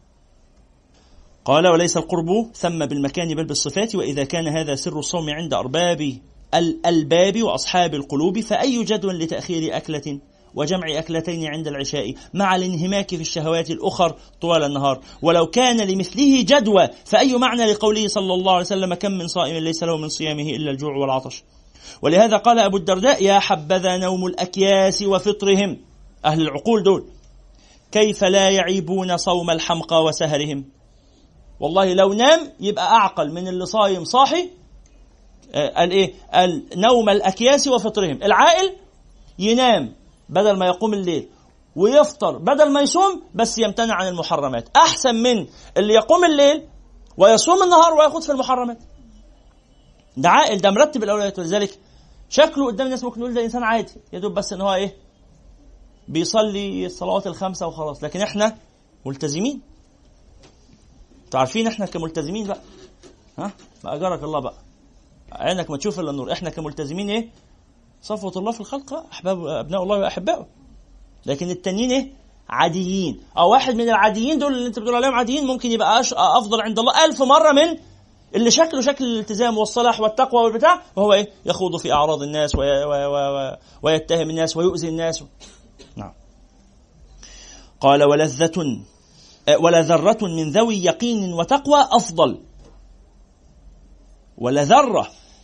قال وليس القرب ثم بالمكان بل بالصفات، وإذا كان هذا سر الصوم عند أرباب الألباب وأصحاب القلوب، فأي جدوى لتأخير أكلة وجمع أكلتين عند العشاء مع الانهماك في الشهوات الأخر طوال النهار؟ ولو كان لمثله جدوى فأي معنى لقوله صلى الله عليه وسلم كم من صائم ليس له من صيامه إلا الجوع والعطش؟ ولهذا قال أبو الدرداء يا حبذا نوم الأكياس وفطرهم، أهل العقول دول، كيف لا يعيبون صوم الحمقى وسهرهم. والله لو نام يبقى أعقل من اللي صايم صاحي. قال إيه؟ قال نوم الأكياس وفطرهم. العائل ينام بدل ما يقوم الليل، ويفطر بدل ما يصوم بس يمتنع عن المحرمات، أحسن من اللي يقوم الليل ويصوم النهار ويأخذ في المحرمات. ده عائل، ده مرتب الأولويات. ولذلك شكله قدام الناس ممكن نقول ده إنسان عادي يدوب بس إن هو إيه؟ بيصلي الصلوات الخمسة وخلاص. لكن إحنا ملتزمين، تعرفين إحنا كملتزمين بقى، ها ما أجرك الله بقى، عينك ما تشوف إلا النور. إحنا كملتزمين إيه؟ صفوة الله في الخلق، أحباب أبناء الله وأحبائه. لكن التانيين إيه؟ عاديين. أو واحد من العاديين دول اللي أنت بتقول عليهم عاديين ممكن يبقى أفضل عند الله ألف مرة من اللي شكله شكل الالتزام والصلاح والتقوى والبتاع، وهو إيه؟ يخوض في أعراض الناس وي... وي... وي... ويتهم الناس ويؤذي الناس. نعم. قال ولذة ولذرة من ذوي يقين وتقوى أفضل، ولذرة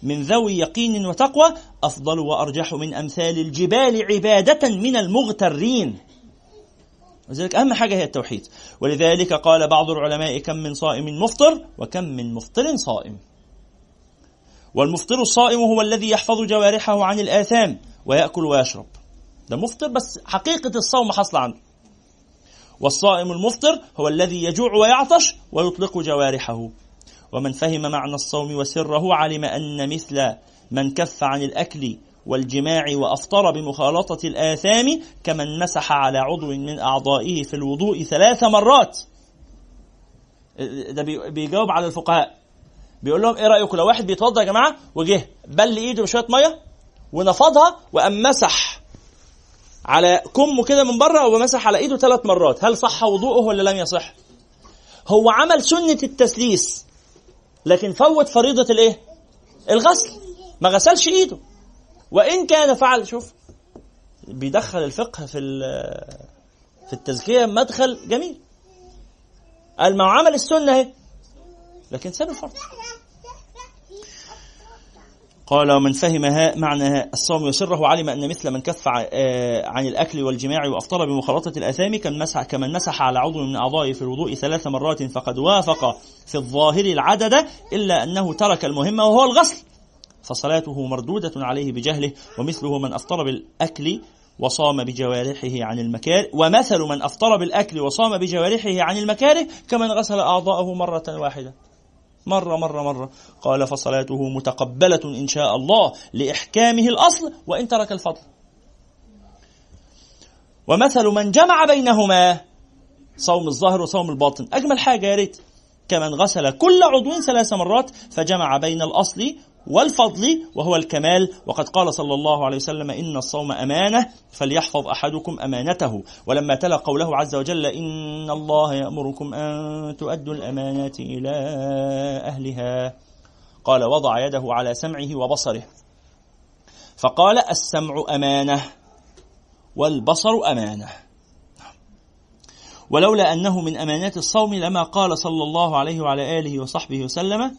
من ذوي يقين وتقوى أفضل وأرجح من أمثال الجبال عبادة من المغترين. وذلك أهم حاجة هي التوحيد. ولذلك قال بعض العلماء كم من صائم مفطر وكم من مفطر صائم. والمفطر الصائم هو الذي يحفظ جوارحه عن الآثام ويأكل ويشرب، ده مفطر بس حقيقة الصوم حصل عنه. والصائم المفطر هو الذي يجوع ويعطش ويطلق جوارحه. ومن فهم معنى الصوم وسره علم أن مثل من كف عن الأكل والجماع وأفطر بمخالطة الآثام كمن مسح على عضو من أعضائه في الوضوء ثلاث مرات. ده بيجاوب على الفقهاء، بيقول لهم ايه رأيكم لو واحد بيتوضى يا جماعة وجه بل ايده بشوية مية ونفضها وأم مسح على كمه كده من بره ومسح على ايده ثلاث مرات، هل صح وضوءه ولا لم يصح؟ هو عمل سنة التسليس لكن فوت فريضة الايه؟ الغسل، ما غسلش ايده. وإن كان فعل، شوف بيدخل الفقه في في التزكية مدخل جميل، قال ما عمل السنة اهي لكن ساب الفرض. قال ومن فهم معنى الصوم وسره علم أن مثل من كف عن الأكل والجماع وأفطر بمخالطة الآثام كمن مسح, كمن مسح على عضو من أعضائه في الوضوء ثلاث مرات فقد وافق في الظاهر العدد إلا أنه ترك المهمة وهو الغسل، فصلاته مردودة عليه بجهله. ومثله من أفطر بالأكل وصام بجوارحه عن المكاره، ومثل من أفطر بالأكل وصام بجوارحه عن المكاره كمن غسل أعضاءه مرة واحدة، مرة مرة مرة. قال فصلاته متقبلة إن شاء الله لإحكامه الأصل وإن ترك الفضل. ومثل من جمع بينهما، صوم الظاهر وصوم الباطن، أجمل حاجة يا ريت، كمن غسل كل عضو ثلاث مرات فجمع بين الأصل والفضل وهو الكمال. وقد قال صلى الله عليه وسلم إن الصوم أمانة فليحفظ أحدكم أمانته. ولما تلا قوله عز وجل إن الله يأمركم أن تؤدوا الأمانات إلى أهلها، قال وضع يده على سمعه وبصره فقال السمع أمانة والبصر أمانة. ولولا أنه من أمانات الصوم لما قال صلى الله عليه وعلى آله وصحبه وسلم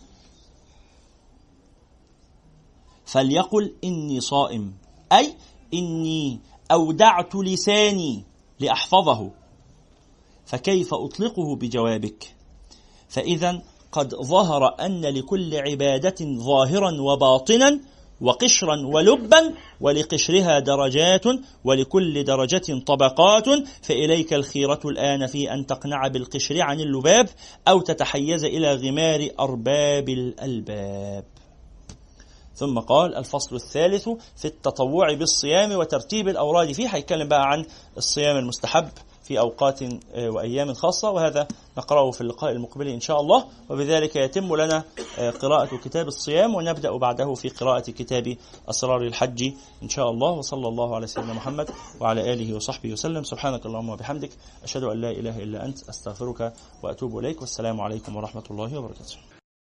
فليقل إني صائم، أي إني أودعت لساني لأحفظه، فكيف أطلقه بجوابك؟ فإذا قد ظهر أن لكل عبادة ظاهرا وباطنا وقشرا ولبا، ولقشرها درجات ولكل درجة طبقات، فإليك الخيرة الآن في أن تقنع بالقشر عن اللباب أو تتحيز إلى غمار أرباب الألباب. ثم قال الفصل الثالث في التطوع بالصيام وترتيب الأوراد فيه، هيتكلم بقى عن الصيام المستحب في أوقات وأيام خاصة، وهذا نقرأه في اللقاء المقبل إن شاء الله. وبذلك يتم لنا قراءة كتاب الصيام، ونبدأ بعده في قراءة كتاب أسرار الحج إن شاء الله. وصلى الله على سيدنا محمد وعلى آله وصحبه وسلم. سبحانك اللهم وبحمدك، أشهد أن لا إله إلا أنت، أستغفرك وأتوب إليك، والسلام عليكم ورحمة الله وبركاته.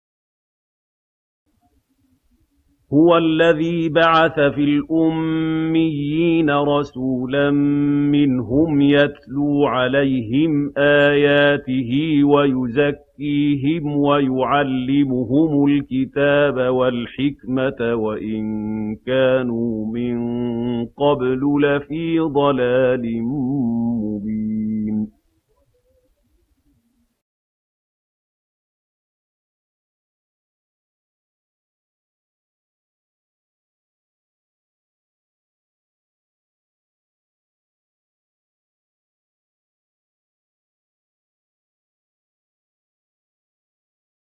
هو الذي بعث في الأميين رسولا منهم يتلو عليهم آياته ويزكيهم ويعلمهم الكتاب والحكمة وإن كانوا من قبل لفي ضلال مبين.